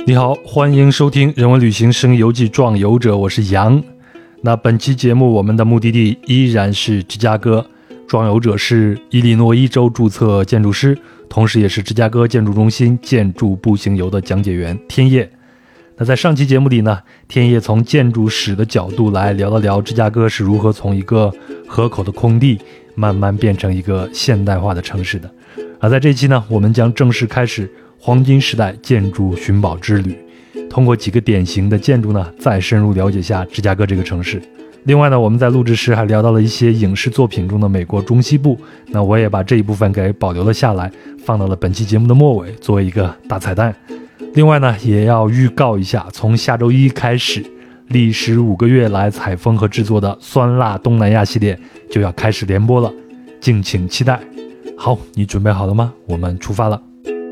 你好，欢迎收听人文旅行声游记壮游者，我是杨。那本期节目我们的目的地依然是芝加哥，壮游者是伊利诺伊州注册建筑师，同时也是芝加哥建筑中心建筑步行游的讲解员天叶。那在上期节目里呢，天叶从建筑史的角度来聊了聊芝加哥是如何从一个河口的空地慢慢变成一个现代化的城市的。而在这期呢，我们将正式开始黄金时代建筑寻宝之旅，通过几个典型的建筑呢，再深入了解下芝加哥这个城市。另外呢，我们在录制时还聊到了一些影视作品中的美国中西部，那我也把这一部分给保留了下来，放到了本期节目的末尾，作为一个大彩蛋。另外呢，也要预告一下，从下周一开始，历时5个月来采风和制作的酸辣东南亚系列就要开始联播了，敬请期待。好，你准备好了吗？我们出发了。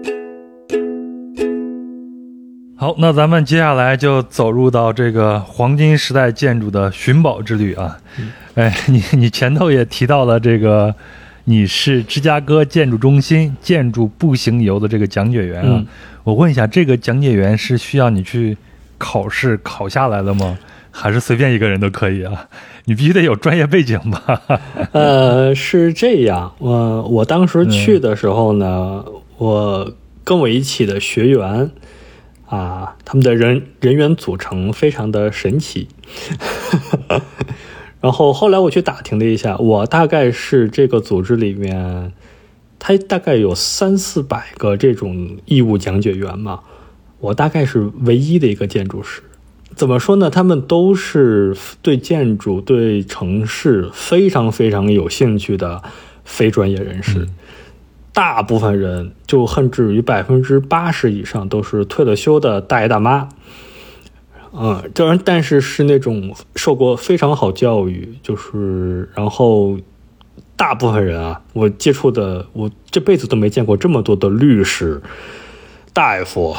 好，那咱们接下来就走入到这个黄金时代建筑的寻宝之旅啊。你前头也提到了这个，你是芝加哥建筑中心建筑步行游的这个讲解员啊。我问一下，这个讲解员是需要你去考试考下来的吗？还是随便一个人都可以啊？你必须得有专业背景吧？ 是这样，我当时去的时候呢，我跟我一起的学员啊，他们的人员组成非常的神奇。然后后来我去打听了一下，我大概是这个组织里面，它大概有300-400个这种义务讲解员嘛，我大概是唯一的一个建筑师。怎么说呢？他们都是对建筑、对城市非常非常有兴趣的非专业人士。大部分人就甚至于80%以上都是退了休的大爷大妈。但是那种受过非常好教育，然后大部分人啊，我接触的，我这辈子都没见过这么多的律师、大夫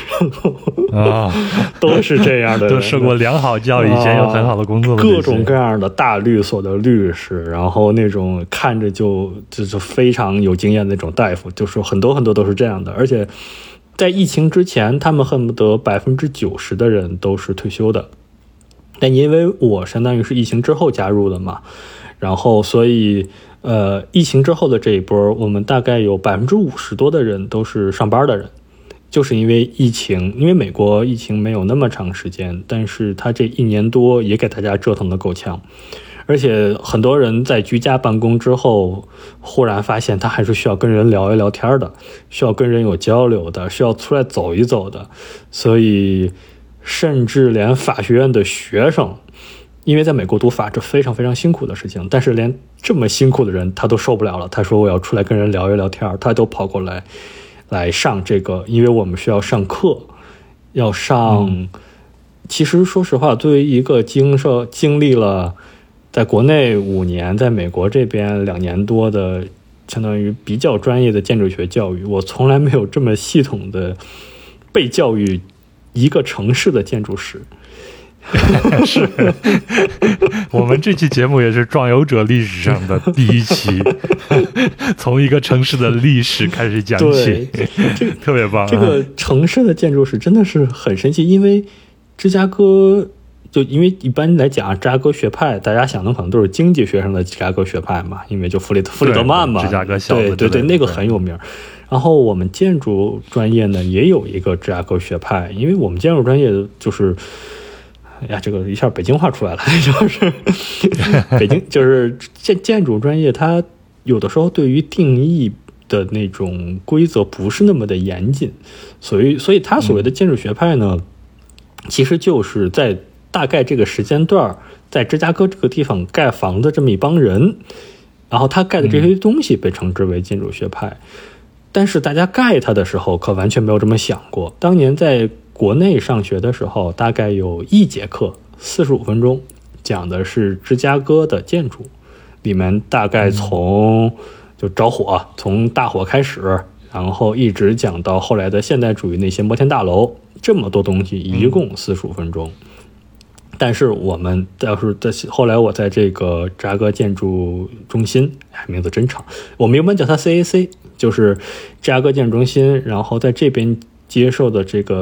都是这样的人， 都受过良好教育，以前有很好的工作的各种各样的大律所的律师，然后那种看着就是非常有经验的那种大夫，就是很多很多都是这样的。而且在疫情之前，他们恨不得90%的人都是退休的，但因为我相当于是疫情之后加入的嘛，然后所以疫情之后的这一波，我们大概有50%多的人都是上班的人。就是因为疫情，因为美国疫情没有那么长时间，但是他这1年多也给大家折腾得够呛，而且很多人在居家办公之后，忽然发现他还是需要跟人聊一聊天的，需要跟人有交流的，需要出来走一走的，所以甚至连法学院的学生，因为在美国读法这非常非常辛苦的事情，但是连这么辛苦的人他都受不了了，他说我要出来跟人聊一聊天，他都跑过来上这个，因为我们需要上课，要上。其实说实话，对于一个经历了在国内5年，在美国这边2年多的，相当于比较专业的建筑学教育，我从来没有这么系统的被教育一个城市的建筑史。 是我们这期节目也是壮游者历史上的第一期，从一个城市的历史开始讲起，特别棒。 这个城市的建筑史真的是很神奇，因为芝加哥，就因为一般来讲，芝加哥学派大家想的可能都是经济学上的芝加哥学派嘛，因为就弗里德曼嘛， 芝加哥小子， 对，那个很有名。然后我们建筑专业呢也有一个芝加哥学派，因为我们建筑专业就是这个一下北京话出来了，就是北京就是建筑专业，它有的时候对于定义的那种规则不是那么的严谨，所以它所谓的建筑学派呢，其实就是在大概这个时间段，在芝加哥这个地方盖房的这么一帮人，然后他盖的这些东西被称之为建筑学派。但是大家盖它的时候可完全没有这么想过。当年在国内上学的时候，大概有1节课45分钟，讲的是芝加哥的建筑，里面大概从就着火，从大火开始，然后一直讲到后来的现代主义那些摩天大楼，这么多东西一共45分钟。但是我们要是后来我在这个芝加哥建筑中心，名字真长，我们一般叫它 CAC， 就是芝加哥建筑中心，然后在这边接受的这个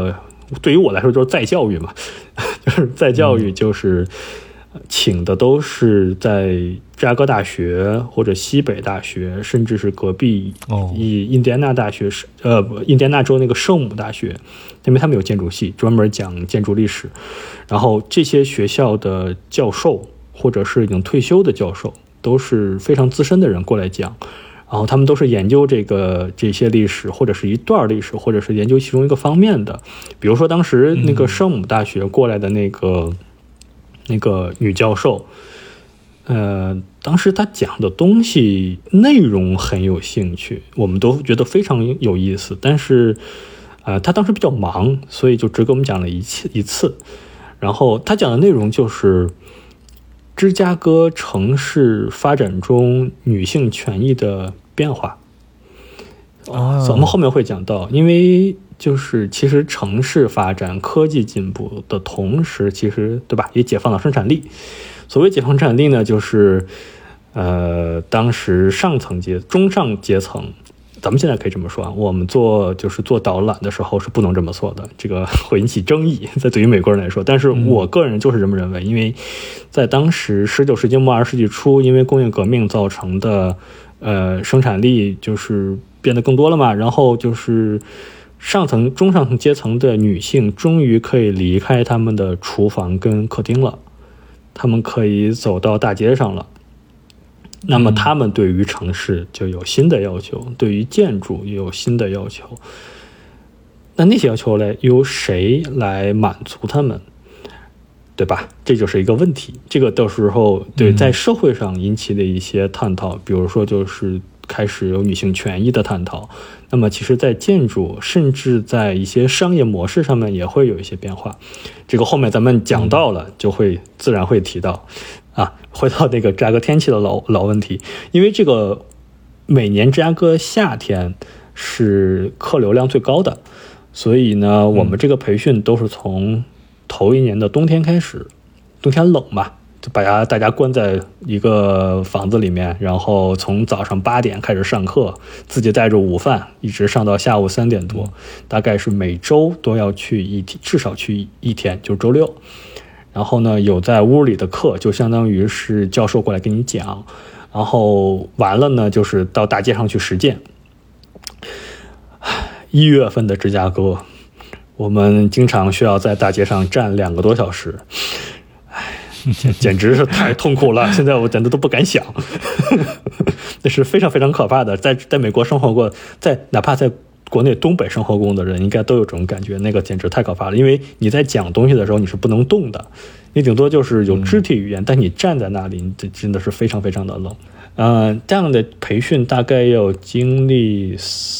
对于我来说就是再教育嘛，就是再教育就是请的都是在芝加哥大学或者西北大学，甚至是隔壁印第安纳大学印第安纳州那个圣母大学，因为他们有建筑系专门讲建筑历史，然后这些学校的教授或者是已经退休的教授都是非常资深的人过来讲，然后他们都是研究这些历史，或者是一段历史，或者是研究其中一个方面的。比如说当时那个圣母大学过来的那个女教授，当时她讲的东西内容很有兴趣，我们都觉得非常有意思，但是她当时比较忙，所以就只给我们讲了一次。然后她讲的内容就是芝加哥城市发展中女性权益的变化。我们后面会讲到，因为就是其实城市发展、科技进步的同时，其实对吧，也解放了生产力。所谓解放生产力呢，就是当时中上阶层，咱们现在可以这么说啊，我们做导览的时候是不能这么做的，这个会引起争议，在对于美国人来说。但是我个人就是这么认为，因为在当时19世纪末20世纪初，因为工业革命造成的生产力就是变得更多了嘛，然后就是中上层阶层的女性终于可以离开他们的厨房跟客厅了，他们可以走到大街上了。那么他们对于城市就有新的要求，对于建筑也有新的要求。那些要求由谁来满足他们，对吧？这就是一个问题。这个到时候对在社会上引起的一些探讨，比如说就是开始有女性权益的探讨。那么其实在建筑甚至在一些商业模式上面也会有一些变化，这个后面咱们讲到了就会自然会提到。回到那个芝加哥天气的老问题，因为这个每年芝加哥夏天是客流量最高的，所以呢我们这个培训都是从头一年的冬天开始。冬天冷嘛，就把大家关在一个房子里面，然后从早上8点开始上课，自己带着午饭一直上到下午3点多，大概是每周都要去至少去一天，就是周6。然后呢，有在屋里的课，就相当于是教授过来给你讲，然后完了呢，就是到大街上去实践。1月份的芝加哥，我们经常需要在大街上站2个多小时，简直是太痛苦了，现在我简直都不敢想。那是非常非常可怕的。在美国生活过，哪怕在国内东北生活过的人应该都有这种感觉，那个简直太可怕了。因为你在讲东西的时候你是不能动的，你顶多就是有肢体语言，但你站在那里，你真的是非常非常的冷。这样的培训大概要经历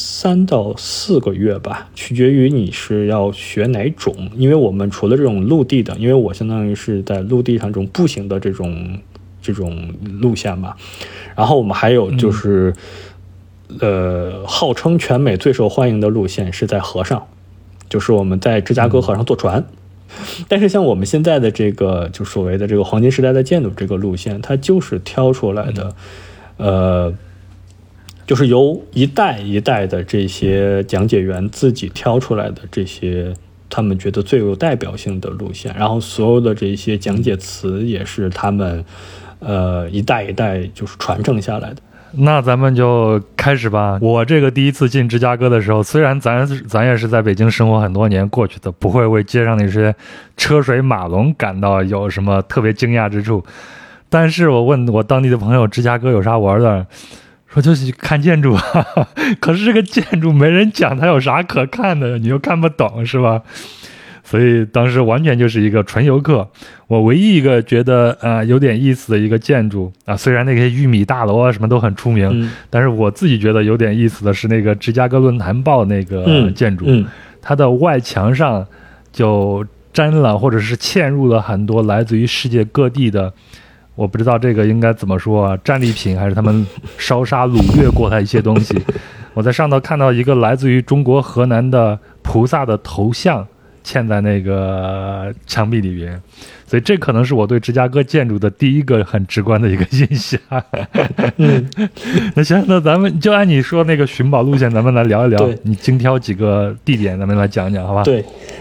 3到4个月吧，取决于你是要学哪种。因为我们除了这种陆地的，因为我相当于是在陆地上这种步行的这种路线嘛，然后我们还有就是号称全美最受欢迎的路线是在河上，就是我们在芝加哥河上坐船。但是像我们现在的这个就所谓的这个黄金时代的建筑这个路线，它就是挑出来的就是由一代一代的这些讲解员自己挑出来的这些他们觉得最有代表性的路线，然后所有的这些讲解词也是他们一代一代就是传承下来的。 那咱们就开始吧。我这个第一次进芝加哥的时候，虽然咱也是在北京生活很多年过去的，不会为街上那些车水马龙感到有什么特别惊讶之处，但是我问我当地的朋友芝加哥有啥玩的，说就是看建筑可是这个建筑没人讲它有啥可看的，你又看不懂是吧？所以当时完全就是一个纯游客。我唯一一个觉得有点意思的一个建筑虽然那些玉米大楼什么都很出名，但是我自己觉得有点意思的是那个芝加哥论坛报那个建筑，它的外墙上就沾了或者是嵌入了很多来自于世界各地的，我不知道这个应该怎么说战利品还是他们烧杀掳掠过的一些东西。我在上头看到一个来自于中国河南的菩萨的头像嵌在那个墙壁里边，所以这可能是我对芝加哥建筑的第一个很直观的一个印象。那行，那咱们就按你说那个寻宝路线，咱们来聊一聊，你精挑几个地点咱们来讲讲好吧？ 对，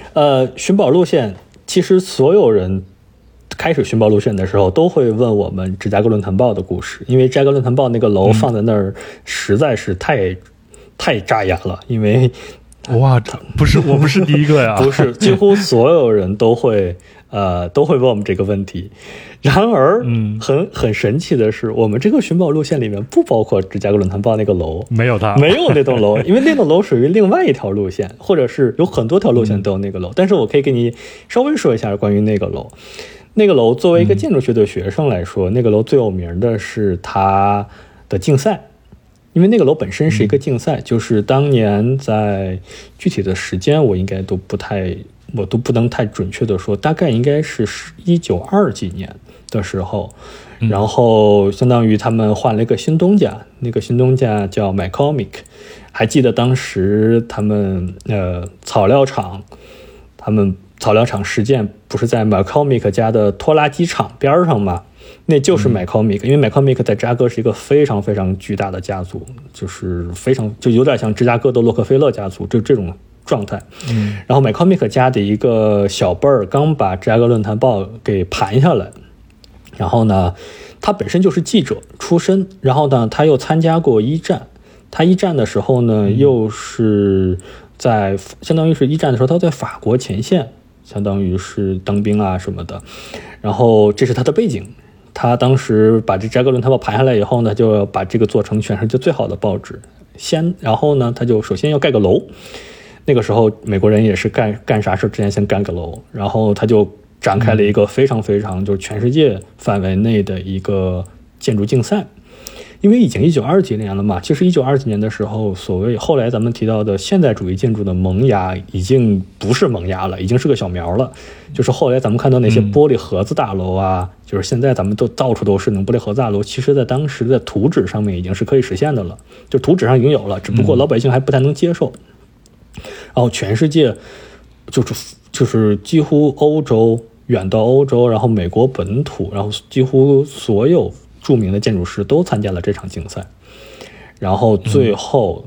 寻宝路线，其实所有人开始寻宝路线的时候都会问我们芝加哥论坛报的故事，因为芝加哥论坛报那个楼放在那儿实在是太扎眼了，因为哇，我不是第一个呀， 不是，几乎所有人都会问我们这个问题。然而，很神奇的是，我们这个寻宝路线里面不包括芝加哥论坛报那个楼， 没有它， 没有那栋楼，因为那栋楼属于另外一条路线，或者是有很多条路线都有那个楼。但是我可以给你稍微说一下关于那个楼。那个楼作为一个建筑学的学生来说，那个楼最有名的是它的竞赛。因为那个楼本身是一个竞赛，就是当年在具体的时间我都不能太准确的说，大概应该是1920几年的时候，然后相当于他们换了一个新东家，那个新东家叫 McCormick。 还记得当时他们草料厂事件不是在 McCormick 家的拖拉机厂边上吗？那就是 McCormick， 因为 McCormick 在芝加哥是一个非常非常巨大的家族，就有点像芝加哥的洛克菲勒家族这种状态。然后 McCormick 家的一个小辈儿刚把芝加哥论坛报给盘下来，然后呢他本身就是记者出身，然后呢他又参加过一战，他一战的时候呢又是相当于是一战的时候他在法国前线，相当于是当兵啊什么的，然后这是他的背景。他当时把这芝加哥论坛报盘下来以后呢，就要把这个做成全世界最好的报纸。然后呢，他就首先要盖个楼。那个时候美国人也是干啥事之前先盖个楼，然后他就展开了一个非常非常就是全世界范围内的一个建筑竞赛。因为已经1920几年了嘛，其实1920几年的时候，所谓后来咱们提到的现代主义建筑的萌芽已经不是萌芽了，已经是个小苗了。就是后来咱们看到那些玻璃盒子大楼啊，就是现在咱们都到处都是那种玻璃盒子大楼，其实在当时的图纸上面已经是可以实现的了，就图纸上已经有了，只不过老百姓还不太能接受。然后全世界就是几乎远到欧洲，然后美国本土，然后几乎所有著名的建筑师都参加了这场竞赛。然后最后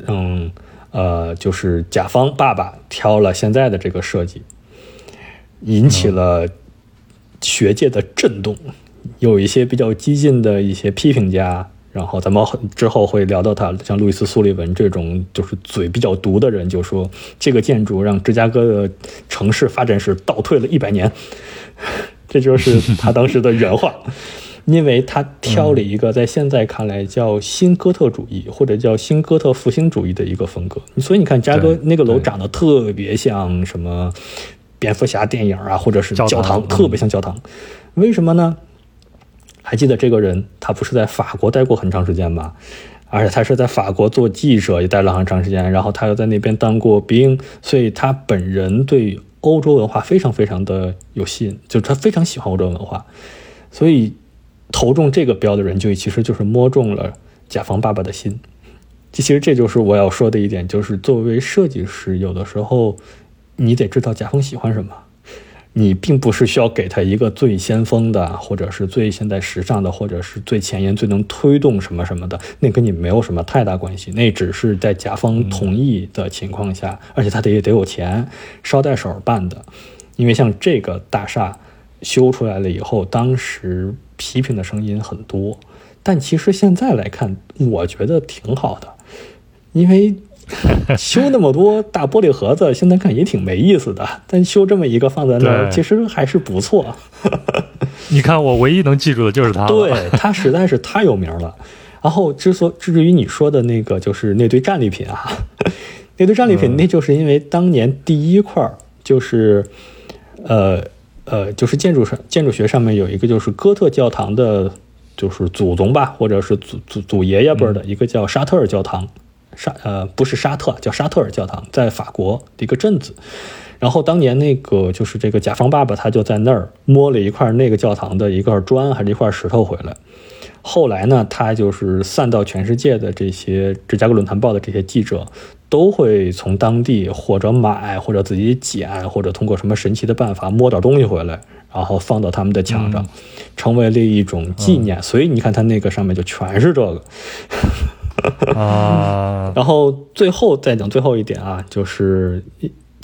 就是甲方爸爸挑了现在的这个设计，引起了学界的震动。有一些比较激进的一些批评家，然后咱们之后会聊到他，像路易斯·苏利文这种就是嘴比较毒的人，就说这个建筑让芝加哥的城市发展史倒退了100年，这就是他当时的原话。因为他挑了一个在现在看来叫新哥特主义或者叫新哥特复兴主义的一个风格，所以你看芝加哥那个楼长得特别像什么蝙蝠侠电影啊，或者是教堂，特别像教堂。为什么呢？还记得这个人他不是在法国待过很长时间吗？而且他是在法国做记者也待了很长时间，然后他又在那边当过兵，所以他本人对欧洲文化非常非常的有吸引，就是他非常喜欢欧洲文化，所以投中这个标的人就其实就是摸中了甲方爸爸的心。其实这就是我要说的一点，就是作为设计师，有的时候你得知道甲方喜欢什么，你并不是需要给他一个最先锋的，或者是最现代时尚的，或者是最前沿最能推动什么什么的，那跟你没有什么太大关系，那只是在甲方同意的情况下，而且他也得有钱捎带手办的。因为像这个大厦修出来了以后，当时批评的声音很多，但其实现在来看我觉得挺好的，因为修那么多大玻璃盒子现在看也挺没意思的，但修这么一个放在那儿其实还是不错。 你看我唯一能记住的就是它了， 对，它实在是太有名了。然后至于你说的那个就是那堆战利品啊，那堆战利品那就是因为当年第一块就是就是建筑学上面有一个就是哥特教堂的就是祖宗吧，或者是祖爷爷辈的一个叫沙特尔教堂，不是沙特，叫沙特尔教堂，在法国的一个镇子。然后当年那个就是这个甲方爸爸他就在那儿摸了一块那个教堂的一块砖还是一块石头回来。后来呢，他就是散到全世界的这些芝加哥论坛报的这些记者都会从当地或者买或者自己捡或者通过什么神奇的办法摸点东西回来，然后放到他们的墙上，成为了一种纪念。所以你看他那个上面就全是这个然后最后再讲最后一点啊，就是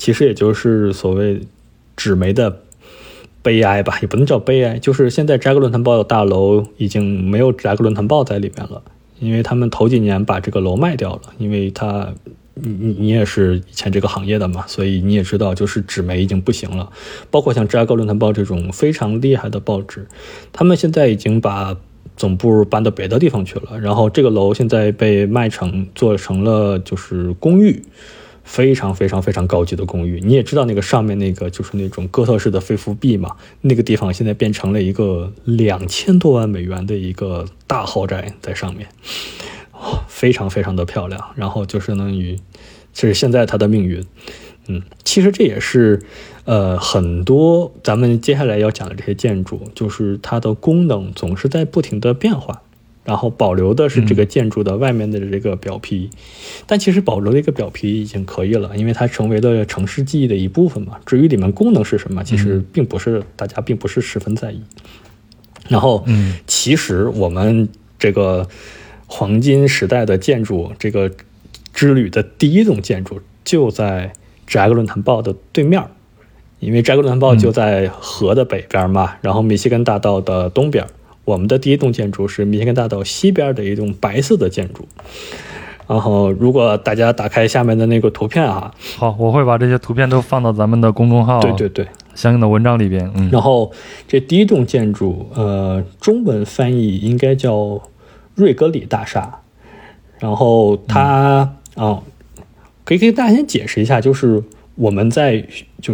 其实也就是所谓纸媒的悲哀吧，也不能叫悲哀，就是现在芝加哥论坛报的大楼已经没有芝加哥论坛报在里面了，因为他们头几年把这个楼卖掉了，因为它你也是以前这个行业的嘛，所以你也知道，就是纸媒已经不行了。包括像芝加哥论坛报这种非常厉害的报纸，他们现在已经把总部搬到别的地方去了，然后这个楼现在被做成了就是公寓，非常非常非常高级的公寓。你也知道那个上面那个就是那种哥特式的废腹壁嘛，那个地方现在变成了一个2000多万美元的一个大豪宅在上面，非常非常的漂亮。然后就相当于这是现在它的命运。其实这也是很多咱们接下来要讲的这些建筑，就是它的功能总是在不停的变化，然后保留的是这个建筑的外面的这个表皮，但其实保留这个表皮已经可以了，因为它成为了城市记忆的一部分嘛。至于里面功能是什么，其实大家并不是十分在意。然后其实我们这个黄金时代的建筑这个之旅的第一栋建筑就在芝加哥论坛报的对面，因为芝加哥论坛报就在河的北边嘛，然后密歇根大道的东边。我们的第一栋建筑是密歇根大道西边的一栋白色的建筑。然后如果大家打开下面的那个图片啊， 好，我会把这些图片都放到咱们的公众号对相应的文章里边。 然后这第一栋建筑中文翻译应该叫瑞格里大厦。然后它可以给大家先解释一下，就是我们在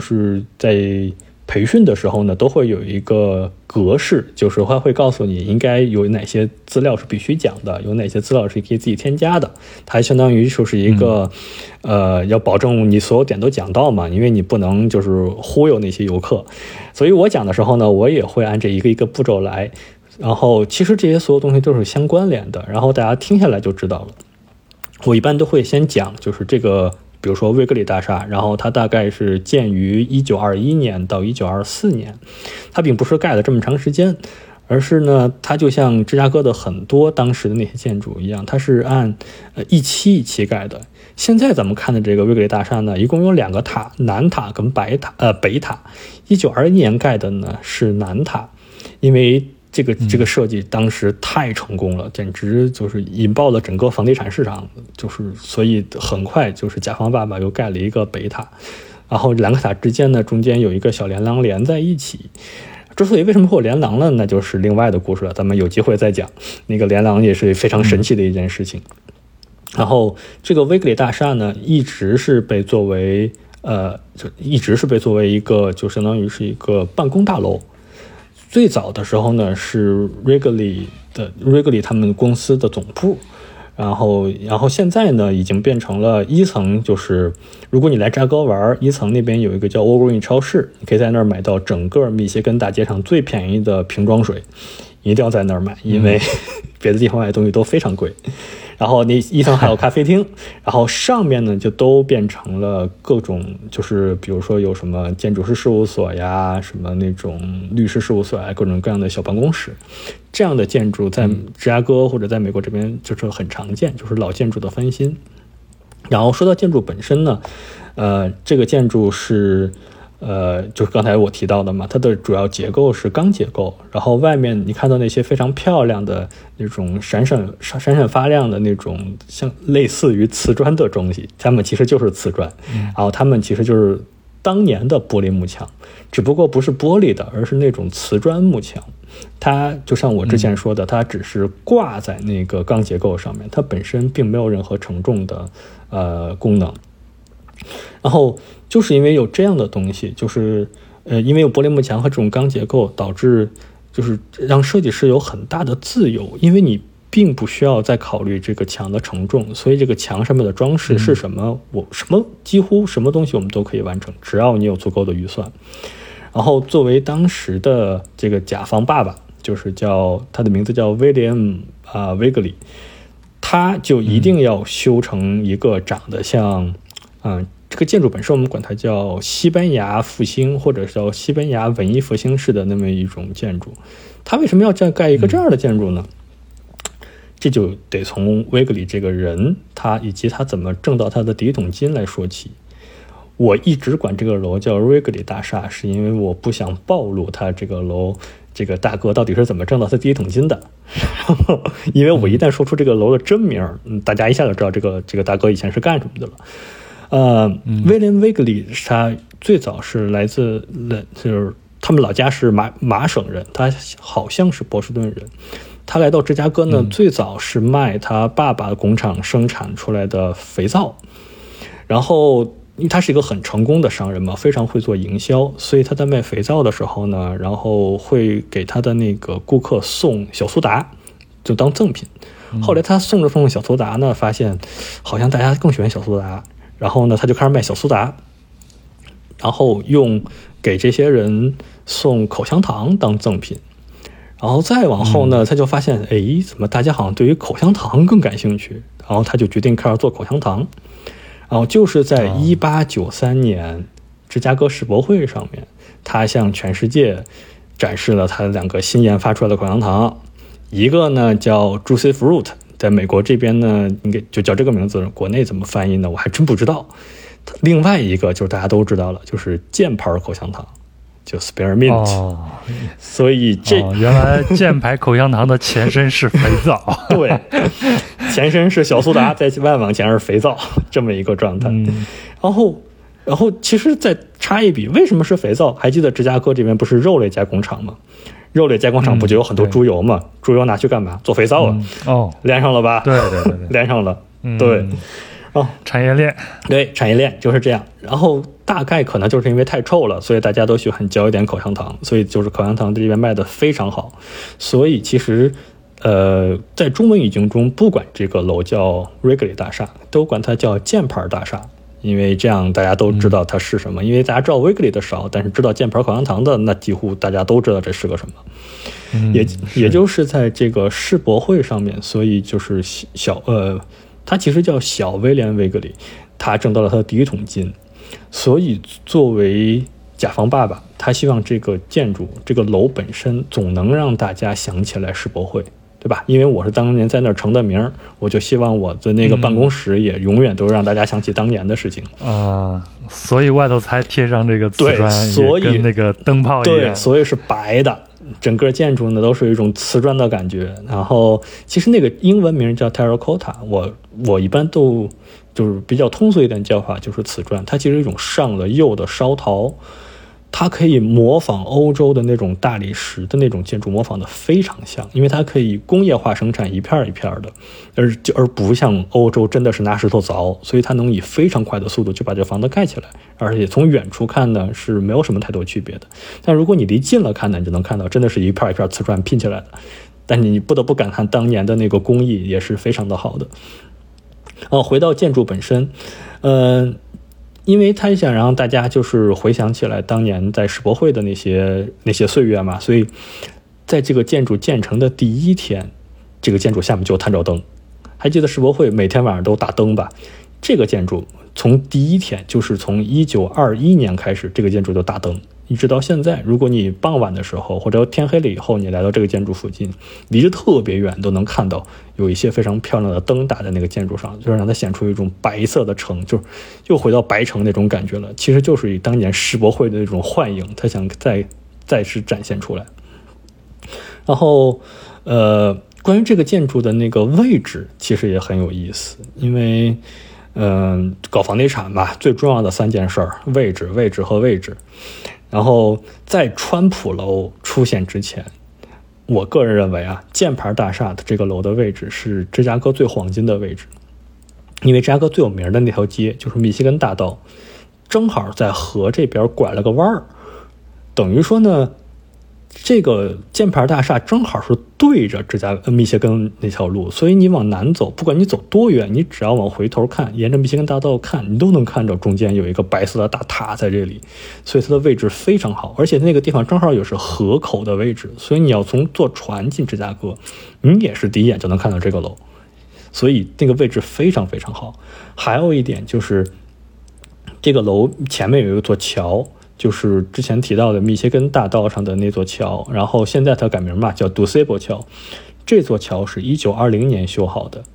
培训的时候呢，都会有一个格式，就是它会告诉你应该有哪些资料是必须讲的，有哪些资料是可以自己添加的。它相当于就是一个要保证你所有点都讲到嘛，因为你不能就是忽悠那些游客。所以我讲的时候呢，我也会按这一个一个步骤来。然后其实这些所有东西都是相关联的，然后大家听下来就知道了。我一般都会先讲就是这个，比如说威格里大厦，然后它大概是建于1921年到1924年，它并不是盖了这么长时间，而是呢，它就像芝加哥的很多当时的那些建筑一样，它是按一期一期盖的。现在咱们看的这个威格里大厦呢，一共有2个塔，南塔跟北塔。1921年盖的呢是南塔，因为这个设计当时太成功了，简直就是引爆了整个房地产市场，就是所以很快就是甲方爸爸又盖了一个北塔，然后2个塔之间呢中间有一个小连廊连在一起。之所以为什么会有连廊呢，那就是另外的故事了，咱们有机会再讲。那个连廊也是非常神奇的一件事情。然后这个威格里大厦呢一直是被作为一个就相当于是一个办公大楼。最早的时候呢是 Wrigley 他们公司的总部，然后现在呢已经变成了一层，就是如果你来芝加哥玩，一层那边有一个叫 Walgreens 超市，你可以在那儿买到整个密歇根大街上最便宜的瓶装水，一定要在那儿买，因为别的地方买东西都非常贵。然后那一层还有咖啡厅，然后上面呢就都变成了各种，就是比如说有什么建筑师事务所呀，什么那种律师事务所呀，各种各样的小办公室。这样的建筑在芝加哥或者在美国这边就是很常见，就是老建筑的翻新。然后说到建筑本身呢，这个建筑是就是刚才我提到的嘛，它的主要结构是钢结构，然后外面你看到那些非常漂亮的那种闪闪发亮的那种像类似于瓷砖的东西，它们其实就是瓷砖，然后它们其实就是当年的玻璃幕墙，只不过不是玻璃的，而是那种瓷砖幕墙。它就像我之前说的，它只是挂在那个钢结构上面，它本身并没有任何承重的功能。然后就是因为有这样的东西，就是因为有玻璃幕墙和这种钢结构，导致就是让设计师有很大的自由，因为你并不需要再考虑这个墙的承重，所以这个墙上面的装饰是什么，几乎什么东西我们都可以完成，只要你有足够的预算。然后作为当时的这个甲方爸爸，就是他的名字叫威廉威格里，他就一定要修成一个长得像这个建筑本身我们管它叫西班牙复兴或者叫西班牙文艺复兴式的那么一种建筑。他为什么要盖一个这样的建筑呢？这就得从威格里这个人他以及他怎么挣到他的第一桶金来说起。 我一直管这个楼叫 Wrigley 大厦，是因为我不想暴露它这个楼这个大哥到底是怎么挣到他第一桶金的。因为我一旦说出这个楼的真名，大家一下就知道这个大哥以前是干什么的了。威廉·威格里他最早是来自就是他们老家是麻省人，他好像是波士顿人。他来到芝加哥呢，最早是卖他爸爸工厂生产出来的肥皂，然后因为他是一个很成功的商人嘛，非常会做营销，所以他在卖肥皂的时候呢，然后会给他的那个顾客送小苏打，就当赠品。后来他送着小苏打呢，发现好像大家更喜欢小苏打，然后呢他就开始卖小苏打，然后用给这些人送口香糖当赠品。然后再往后呢，他就发现，怎么大家好像对于口香糖更感兴趣？然后他就决定开始做口香糖。然后就是在1893年芝加哥世博会上面，他向全世界展示了他2个新研发出来的口香糖，一个呢叫 Juicy Fruit， 在美国这边呢应该就叫这个名字，国内怎么翻译呢？我还真不知道。另外一个就是大家都知道了，就是箭牌口香糖。就 Spearmint，所以原来箭牌口香糖的前身是肥皂。 对，前身是小苏打，在往前是肥皂，这么一个状态。然后其实再插一笔，为什么是肥皂？还记得芝加哥这边不是肉类加工厂吗？肉类加工厂不就有很多猪油吗？猪油拿去干嘛？做肥皂啊。连上了吧？ 对， 连上了。对。 产业链， 对，产业链就是这样。然后大概可能就是因为太臭了，所以大家都喜欢嚼一点口香糖，所以就是口香糖这边卖的非常好。所以其实在中文语境中，不管这个楼叫 Wrigley 大厦，都管它叫箭牌大厦，因为这样大家都知道它是什么。因为大家知道 Wrigley 的少，但是知道箭牌口香糖的，那几乎大家都知道这是个什么。也就是在这个世博会上面，所以就是他其实叫小威廉·威格里，他挣到了他的第一桶金，所以作为甲方爸爸，他希望这个建筑这个楼本身总能让大家想起来世博会，对吧？因为我是当年在那儿成的名，我就希望我的那个办公室也永远都让大家想起当年的事情所以外头才贴上这个瓷砖， 所以跟那个灯泡一样， 对，所以是白的。整个建筑呢都是一种瓷砖的感觉，然后其实那个英文名叫 terracotta， 我一般都就是比较通俗一点叫法就是瓷砖，它其实是一种上了釉的烧陶，它可以模仿欧洲的那种大理石的那种建筑，模仿的非常像，因为它可以工业化生产一片一片的，而不像欧洲真的是拿石头凿，所以它能以非常快的速度就把这房子盖起来，而且从远处看呢是没有什么太多区别的。但如果你离近了看呢，你就能看到真的是一片一片瓷砖拼起来的，但你不得不感叹当年的那个工艺也是非常的好的。回到建筑本身，因为他想让大家就是回想起来当年在世博会的那些岁月嘛，所以在这个建筑建成的第一天，这个建筑下面就探照灯。还记得世博会每天晚上都打灯吧？这个建筑从第一天，就是从1921年开始，这个建筑就打灯，一直到现在。如果你傍晚的时候或者天黑了以后，你来到这个建筑附近，离着特别远都能看到有一些非常漂亮的灯打在那个建筑上，就是让它显出一种白色的城，就是又回到白城那种感觉了。其实就是以当年世博会的那种幻影，他想再次展现出来。然后关于这个建筑的那个位置其实也很有意思，因为搞房地产吧，最重要的3件事儿，位置和位置。然后在川普楼出现之前，我个人认为箭牌大厦的这个楼的位置是芝加哥最黄金的位置，因为芝加哥最有名的那条街就是密西根大道，正好在河这边拐了个弯儿，等于说呢，这个箭牌大厦正好是对着密歇根那条路，所以你往南走，不管你走多远，你只要往回头看，沿着密歇根大道看，你都能看到中间有一个白色的大塔在这里，所以它的位置非常好，而且那个地方正好也是河口的位置，所以你要坐船进芝加哥，你也是第一眼就能看到这个楼，所以那个位置非常非常好。还有一点就是这个楼前面有一座桥，就是之前提到的密歇根大道上的那座桥，然后现在它改名嘛，叫 DuSable 桥。这座桥是1920年修好的，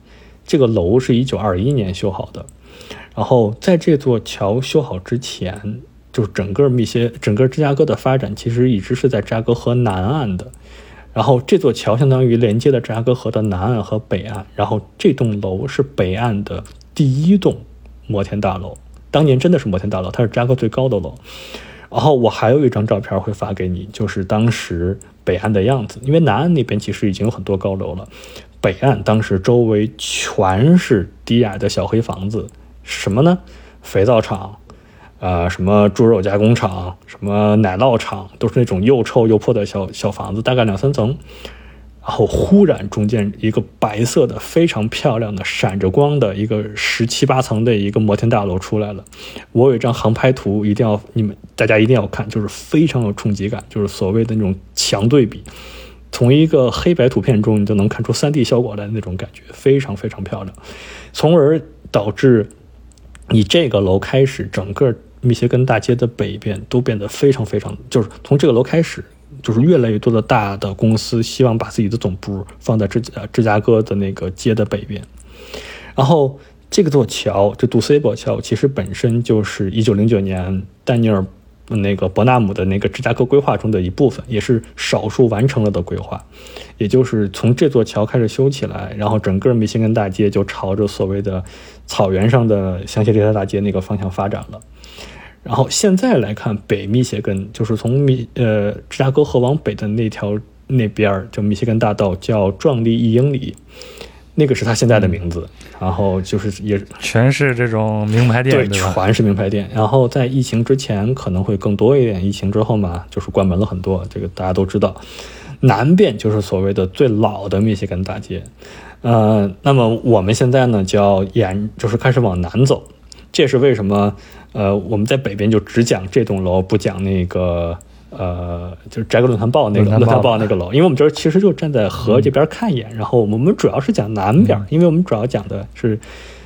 这个楼是1921年修好的，然后在这座桥修好之前，就是整个芝加哥的发展其实一直是在芝加哥河南岸的，然后这座桥相当于连接了芝加哥河的南岸和北岸，然后这栋楼是北岸的第一栋摩天大楼，当年真的是摩天大楼，它是芝加哥最高的楼。然后我还有一张照片会发给你，就是当时北岸的样子，因为南岸那边其实已经有很多高楼了，北岸当时周围全是低矮的小黑房子，什么呢？肥皂厂，什么猪肉加工厂，什么奶酪厂，都是那种又臭又破的小房子，大概2-3层。然后忽然中间一个白色的非常漂亮的闪着光的一个17-18层的一个摩天大楼出来了。我有一张航拍图，大家一定要看，就是非常有冲击感，就是所谓的那种强对比，从一个黑白图片中你就能看出 3D 效果来的那种感觉，非常非常漂亮，从而导致以这个楼开始，整个密歇根大街的北边都变得非常非常，就是从这个楼开始，就是越来越多的大的公司希望把自己的总部放在芝加哥的那个街的北边。然后这座桥，这杜塞堡桥其实本身就是1909年丹尼尔那个伯纳姆的那个芝加哥规划中的一部分，也是少数完成了的规划。也就是从这座桥开始修起来，然后整个密歇根大街就朝着所谓的草原上的香榭丽舍大街那个方向发展了。然后现在来看，北密歇根就是从芝加哥河往北的那边叫密歇根大道，叫壮丽1英里，那个是它现在的名字。然后就是也全是这种名牌店， 对，全是名牌店。然后在疫情之前可能会更多一点，疫情之后嘛，就是关门了很多，这个大家都知道。南边就是所谓的最老的密歇根大街，那么我们现在呢就是开始往南走，这也是为什么我们在北边就只讲这栋楼，不讲那个就是摘个论坛报那个楼，因为我们这其实就站在河这边看一眼，然后我们主要是讲南边，因为我们主要讲的是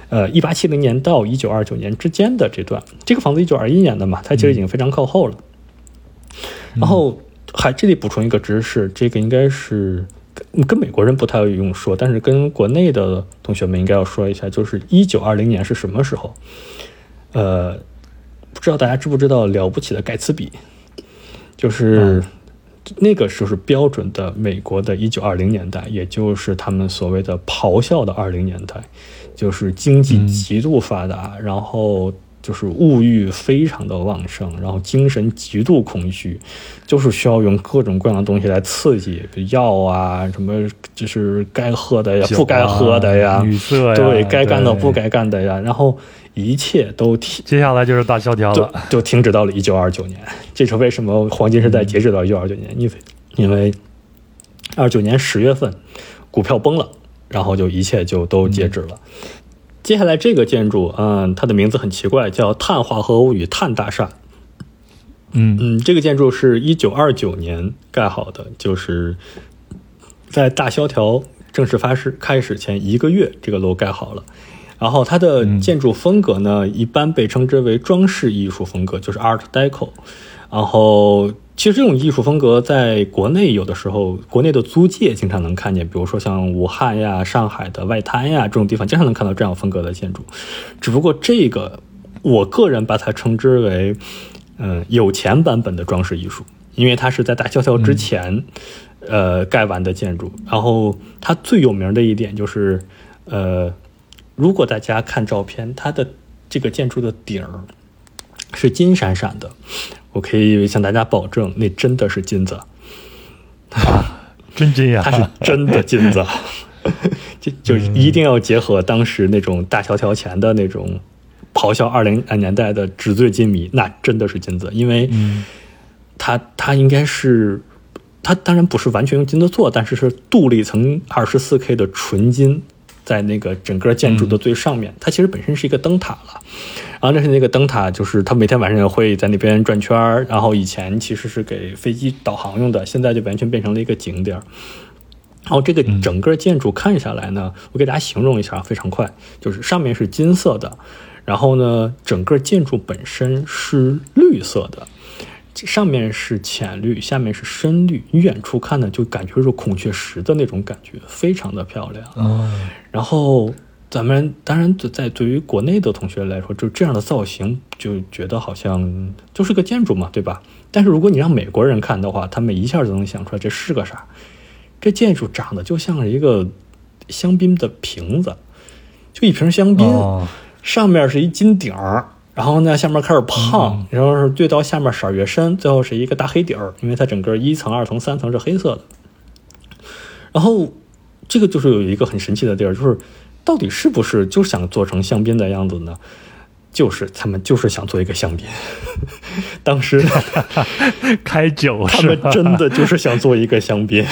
1870年到1929年之间的这段，这个房子1921年的嘛，它其实已经非常靠后了。然后这里补充一个知识，这个应该是跟美国人不太有用说，但是跟国内的同学们应该要说一下，就是1920年是什么时候？不知道大家知不知道了不起的盖茨比，就是那个就是标准的美国的1920年代，也就是他们所谓的咆哮的20年代，就是经济极度发达，然后就是物欲非常的旺盛，然后精神极度空虚，就是需要用各种各样的东西来刺激，药啊，什么就是该喝的呀，不该喝的呀， 女色呀， 对，该干的不该干的呀，然后一切都接下来就是大萧条了， 就停止到了1929年。这是为什么黄金时代截止到1929年，因为29年10月份股票崩了，然后就一切就都截止了。接下来这个建筑，它的名字很奇怪，叫碳化合物与碳大厦。这个建筑是1929年盖好的，就是在大萧条正式开始前1个月，这个楼盖好了。然后它的建筑风格呢，一般被称之为装饰艺术风格，就是 Art Deco。然后其实这种艺术风格在国内有的时候，国内的租界经常能看见，比如说像武汉呀、上海的外滩呀这种地方，经常能看到这样风格的建筑。只不过这个，我个人把它称之为，有钱版本的装饰艺术，因为它是在大萧条之前，盖完的建筑。然后它最有名的一点就是，如果大家看照片，它的这个建筑的顶儿是金闪闪的。我可以向大家保证，那真的是金子， 真金呀！ 它是真的金子，就一定要结合当时那种大萧条前的那种咆哮20年代的纸醉金迷，那真的是金子，因为它应该是，它当然不是完全用金子做，但是镀了一层24K 的纯金在那个整个建筑的最上面，它其实本身是一个灯塔了。然后这是那个灯塔，就是它每天晚上会在那边转圈，然后以前其实是给飞机导航用的，现在就完全变成了一个景点。然后这个整个建筑看下来呢，我给大家形容一下，非常快，就是上面是金色的，然后呢整个建筑本身是绿色的，上面是浅绿，下面是深绿，你远处看呢就感觉是孔雀石的那种感觉，非常的漂亮。然后咱们当然在对于国内的同学来说，就这样的造型就觉得好像就是个建筑嘛，对吧？但是如果你让美国人看的话，他们一下就能想出来这是个啥。这建筑长得就像是一个香槟的瓶子，就一瓶香槟，上面是一金顶儿，然后呢下面开始胖，然后是越到下面色越深，最后是一个大黑底儿，因为它整个1层、2层、3层是黑色的。然后这个就是有一个很神奇的地儿，就是到底是不是就想做成香槟的样子呢？就是他们就是想做一个香槟，当时开酒， 他们真的就是想做一个香槟。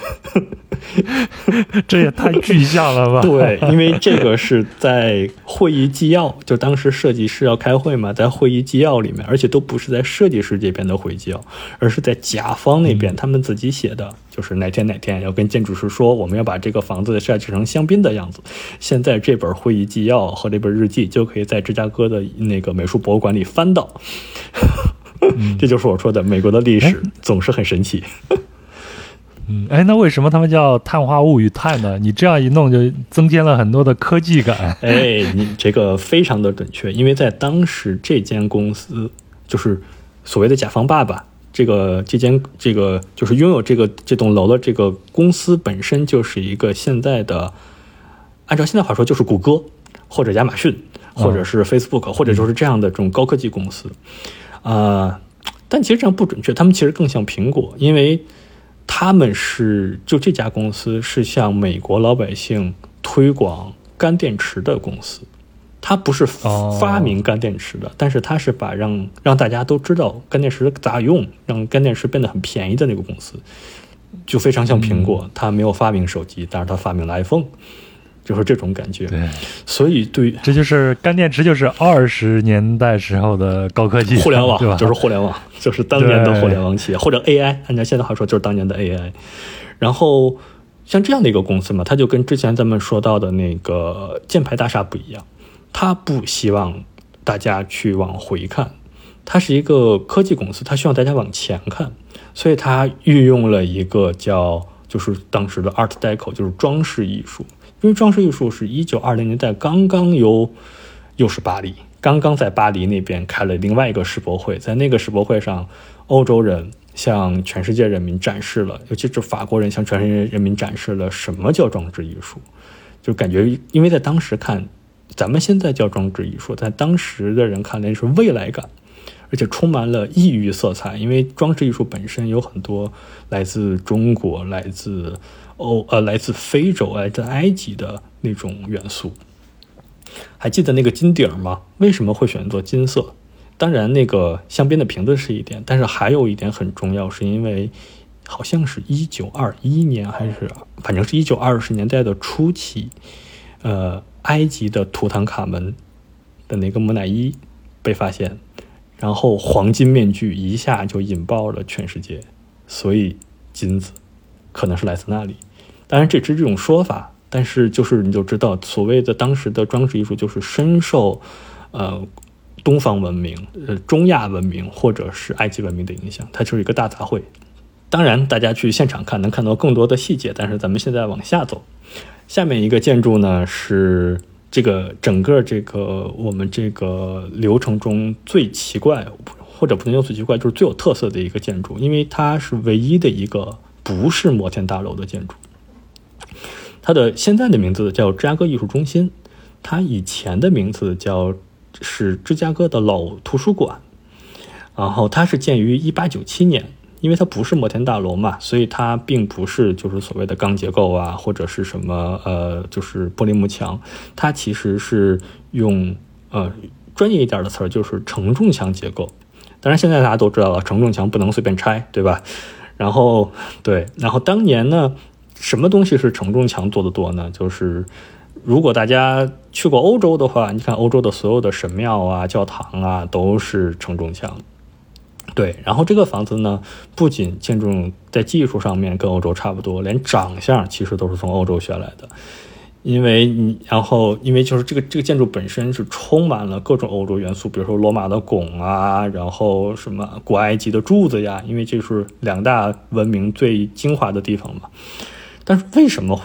这也太具象了吧？ 对，因为这个是在会议纪要，就当时设计师要开会嘛，在会议纪要里面，而且都不是在设计师这边的会议纪要，而是在甲方那边他们自己写的，就是哪天要跟建筑师说，我们要把这个房子设计成香槟的样子。现在这本会议纪要和这本日记就可以在芝加哥的那个美术博物馆里翻到。这就是我说的，美国的历史总是很神奇。 那为什么他们叫碳化物与碳呢？你这样一弄就增添了很多的科技感。 你这个非常的准确，因为在当时这间公司就是所谓的甲方爸爸，这个就是拥有这栋楼的这个公司本身就是一个现在的，按照现在话说就是谷歌或者亚马逊或者是 Facebook 或者就是这样的这种高科技公司但其实这样不准确，他们其实更像苹果，因为他们就这家公司是向美国老百姓推广干电池的公司，它不是发明干电池的，但是它是把让大家都知道干电池咋用，让干电池变得很便宜的那个公司，就非常像苹果。它没有发明手机，但是它发明了 iPhone， 就是这种感觉。 对， 所以这就是干电池，就是20年代时候的高科技， 互联网， 对吧？ 就是互联网，就是当年的互联网企业，或者 AI， 按照现在话说就是当年的 AI。然后像这样的一个公司嘛，它就跟之前咱们说到的那个箭牌大厦不一样，它不希望大家去往回看，它是一个科技公司，它希望大家往前看，所以它运用了一个就是当时的 Art Deco， 就是装饰艺术。因为装饰艺术是1920年代又是巴黎，刚刚在巴黎那边开了另外一个世博会，在那个世博会上，欧洲人向全世界人民展示了，尤其是法国人向全世界人民展示了什么叫装置艺术。就感觉因为在当时看，咱们现在叫装置艺术，在当时的人看来是未来感，而且充满了异域色彩。因为装置艺术本身有很多来自中国、来自非洲、来自埃及的那种元素。还记得那个金顶吗？为什么会选择金色？当然那个香槟的瓶子是一点，但是还有一点很重要，是因为好像是1921年还是反正是1920年代的初期，埃及的图坦卡门的那个木乃伊被发现，然后黄金面具一下就引爆了全世界，所以金子可能是来自那里。当然这只是这种说法，但是你就知道所谓的当时的装饰艺术就是深受东方文明、中亚文明或者是埃及文明的影响，它就是一个大杂烩。当然大家去现场看能看到更多的细节，但是咱们现在往下走，下面一个建筑呢是整个我们这个流程中最奇怪，或者不能叫最奇怪，就是最有特色的一个建筑，因为它是唯一的一个不是摩天大楼的建筑。它的现在的名字叫芝加哥艺术中心，它以前的名字是芝加哥的老图书馆，然后它是建于1897年。因为它不是摩天大楼嘛，所以它并不是就是所谓的钢结构啊，或者是什么就是玻璃幕墙，它其实是用专业一点的词儿，就是承重墙结构。当然现在大家都知道了，承重墙不能随便拆，对吧？然后当年呢，什么东西是承重墙做的多呢？就是如果大家去过欧洲的话，你看欧洲的所有的神庙啊、教堂啊都是承重墙。对，然后这个房子呢，不仅建筑在技术上面跟欧洲差不多，连长相其实都是从欧洲学来的。因为就是这个建筑本身是充满了各种欧洲元素，比如说罗马的拱啊，然后什么古埃及的柱子呀，因为这是两大文明最精华的地方嘛。但是为什么会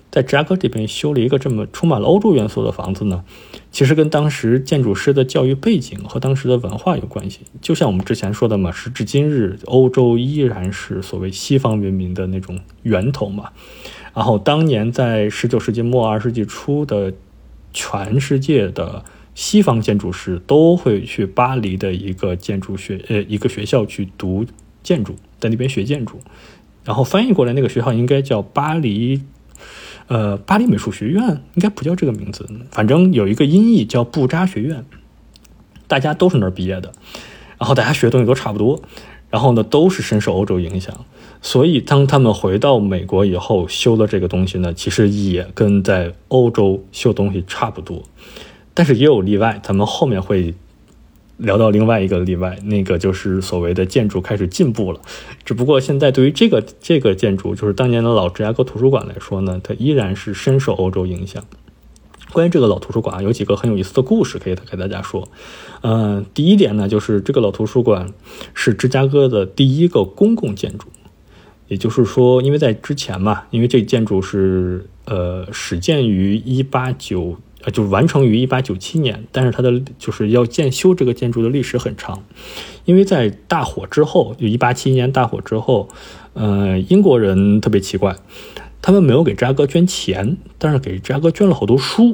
在芝加哥这边修了一个这么充满了欧洲元素的房子呢，其实跟当时建筑师的教育背景和当时的文化有关系。就像我们之前说的嘛，时至今日，欧洲依然是所谓西方文明的那种源头嘛。然后当年在19世纪末20世纪初的全世界的西方建筑师都会去巴黎的一个学校去读建筑，在那边学建筑。然后翻译过来那个学校应该叫巴黎美术学院，应该不叫这个名字，反正有一个音译叫布扎学院，大家都是那儿毕业的，然后大家学的东西都差不多，然后呢都是深受欧洲影响，所以当他们回到美国以后修的这个东西呢，其实也跟在欧洲修东西差不多，但是也有例外，咱们后面会聊到另外一个例外，那个就是所谓的建筑开始进步了。只不过现在对于这个建筑，就是当年的老芝加哥图书馆来说呢，它依然是深受欧洲影响。关于这个老图书馆有几个很有意思的故事可以给大家说。第一点呢，就是这个老图书馆是芝加哥的第一个公共建筑，也就是说，因为在之前嘛，因为这建筑是始建于就是完成于1897年，但是它的就是要建修这个建筑的历史很长，因为在大火之后，就1871年大火之后，英国人特别奇怪，他们没有给芝加哥捐钱，但是给芝加哥捐了好多书。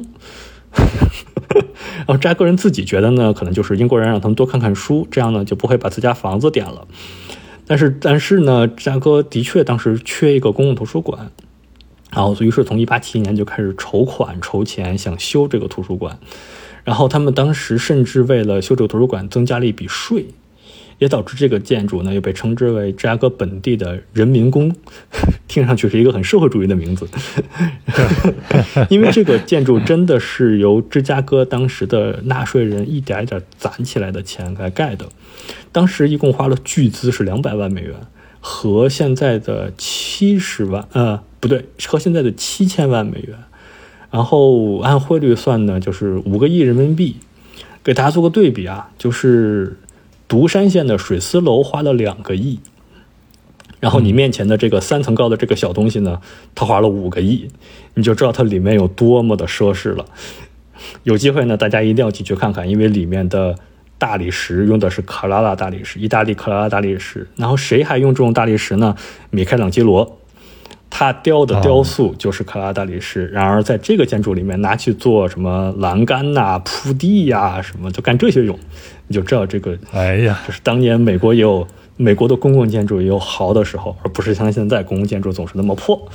然后芝加哥人自己觉得呢，可能就是英国人让他们多看看书，这样呢就不会把自家房子点了。但是呢，芝加哥的确当时缺一个公共图书馆。然后于是从1871年就开始筹钱想修这个图书馆，然后他们当时甚至为了修这个图书馆增加了一笔税，也导致这个建筑呢又被称之为芝加哥本地的人民宫，听上去是一个很社会主义的名字。因为这个建筑真的是由芝加哥当时的纳税人一点一点攒起来的钱来盖的，当时一共花了巨资是200万美元，和现在的和现在的7000万美元，然后按汇率算呢，就是5个亿人民币。给大家做个对比啊，就是独山县的水丝楼花了2个亿，然后你面前的这个3层高的这个小东西呢，它花了5个亿，你就知道它里面有多么的奢侈了。有机会呢，大家一定要进去看看，因为里面的大理石用的是克拉拉大理石，意大利克拉拉大理石。然后谁还用这种大理石呢？米开朗基罗，他雕的雕塑就是克拉拉大理石。然而在这个建筑里面拿去做什么栏杆呐、铺地呀、什么，就干这些用，你就知道这个，就是当年美国的公共建筑也有好的时候，而不是像现在公共建筑总是那么破。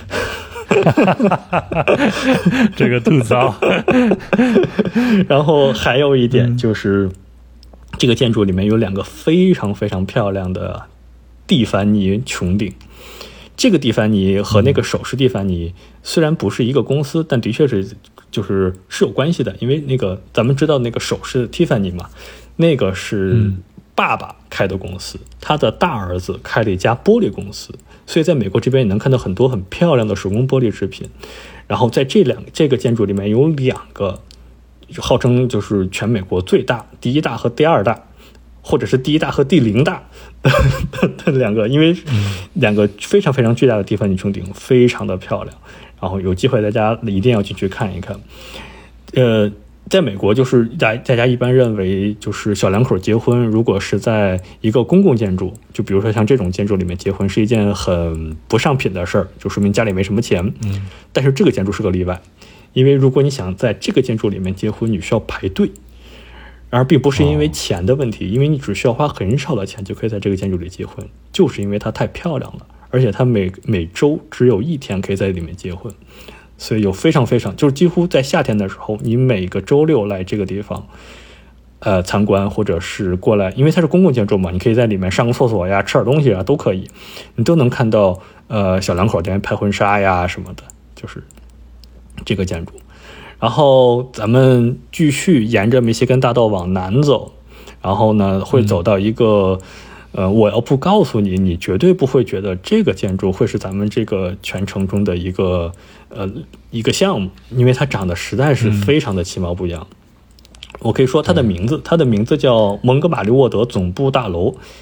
这个吐槽。 然后还有一点就是，这个建筑里面有2个非常非常漂亮的蒂凡尼穹顶。这个蒂凡尼和那个首饰蒂凡尼虽然不是一个公司，但的确是有关系的，因为那个咱们知道那个首饰蒂凡尼嘛，那个是爸爸开的公司，他的大儿子开了一家玻璃公司，所以在美国这边你能看到很多很漂亮的手工玻璃制品。然后在这个建筑里面有2个号称就是全美国最大，第1大和第2大，或者是第1大和第0大的2个，因为2个非常非常巨大的蒂凡尼穹顶非常的漂亮，然后有机会大家一定要进去看一看。在美国就是大家一般认为就是小两口结婚，如果是在一个公共建筑，就比如说像这种建筑里面结婚是一件很不上品的事儿，就说明家里没什么钱。但是这个建筑是个例外，因为如果你想在这个建筑里面结婚，你需要排队，而并不是因为钱的问题，因为你只需要花很少的钱就可以在这个建筑里结婚，就是因为它太漂亮了，而且它每周只有1天可以在里面结婚。所以有非常非常，就是几乎在夏天的时候，你每个周6来这个地方参观，或者是过来，因为它是公共建筑嘛，你可以在里面上个厕所呀、吃点东西啊都可以，你都能看到小两口在那边拍婚纱呀什么的，就是这个建筑。然后咱们继续沿着密歇根大道往南走，然后呢会走到一个我要不告诉你，你绝对不会觉得这个建筑会是咱们这个全程中的一个项目，因为它长得实在是非常的其貌不扬。我可以说它的名字叫蒙哥马利沃德总部大楼，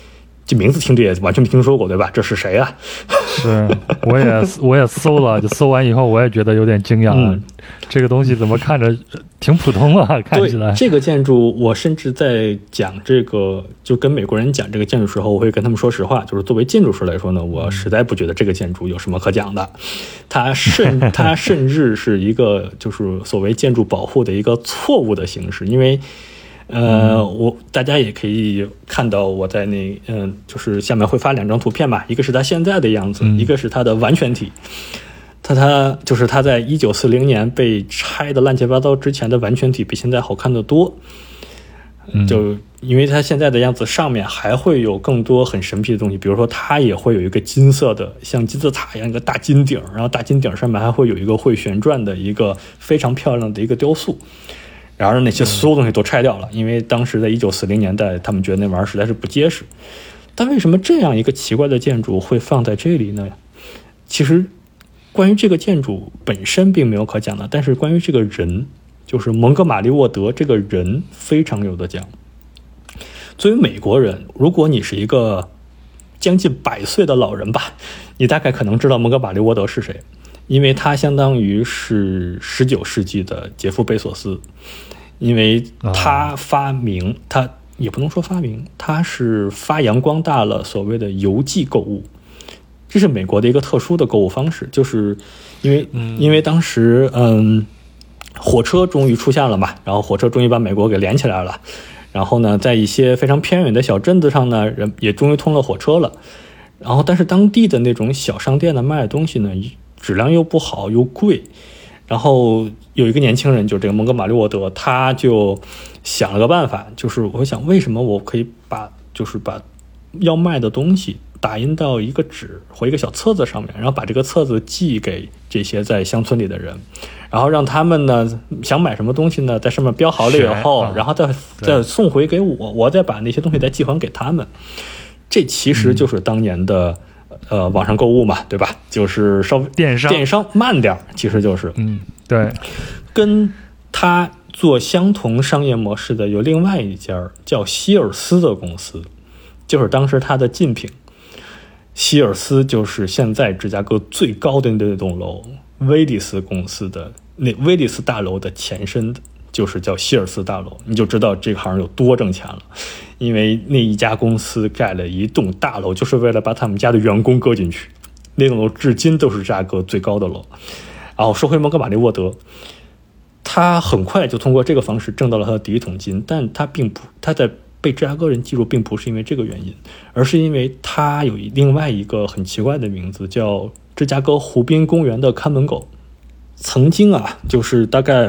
这名字听着也完全没听说过，对吧？这是谁啊？ 是，我也搜了，就搜完以后我也觉得有点惊讶，这个东西怎么看着挺普通啊？看起来对这个建筑，我甚至在讲这个，就跟美国人讲这个建筑时候，我会跟他们说实话，就是作为建筑师来说呢，我实在不觉得这个建筑有什么可讲的，它甚至是一个就是所谓建筑保护的一个错误的形式，因为。大家也可以看到我在就是下面会发2张图片吧，一个是它现在的样子，一个是它的完全体。它就是它在1940年被拆的乱七八糟之前的完全体比现在好看得多。就因为它现在的样子上面还会有更多很神秘的东西，比如说它也会有一个金色的像金字塔一样一个大金顶，然后大金顶上面还会有一个会旋转的一个非常漂亮的一个雕塑。然而那些所有东西都拆掉了，因为当时在1940年代他们觉得那玩意儿实在是不结实。但为什么这样一个奇怪的建筑会放在这里呢？其实关于这个建筑本身并没有可讲的，但是关于这个人，就是蒙哥马利沃德这个人非常有的讲。作为美国人，如果你是一个将近100岁的老人吧，你大概可能知道蒙哥马利沃德是谁，因为他相当于是19世纪的杰夫贝索斯。因为他他也不能说发明，他是发扬光大了所谓的邮寄购物，这是美国的一个特殊的购物方式，就是因为当时火车终于出现了嘛，然后火车终于把美国给连起来了，然后呢，在一些非常偏远的小镇子上呢，人也终于通了火车了，然后但是当地的那种小商店呢卖的东西呢，质量又不好又贵。然后有一个年轻人，就这个蒙哥马利沃德，他就想了个办法，就是我想为什么我可以把要卖的东西打印到一个纸或一个小册子上面，然后把这个册子寄给这些在乡村里的人，然后让他们呢想买什么东西呢，在上面标好了以后，然后再送回给我再把那些东西再寄还给他们。这其实就是当年的网上购物嘛，对吧？就是稍微电商慢点，其实就是对。 跟他做相同商业模式的有另外一家叫希尔斯的公司，就是当时他的竞品。希尔斯就是现在芝加哥最高的那栋楼威利斯公司的那威利斯大楼的前身，就是叫希尔斯大楼，你就知道这行有多挣钱了。因为那一家公司盖了一栋大楼，就是为了把他们家的员工搁进去，那栋楼至今都是芝加哥最高的楼。然后说回蒙哥马利沃德，他很快就通过这个方式挣到了他的第一桶金，但他在被芝加哥人记住并不是因为这个原因，而是因为他有另外一个很奇怪的名字，叫芝加哥湖滨公园的看门狗。曾经啊，就是大概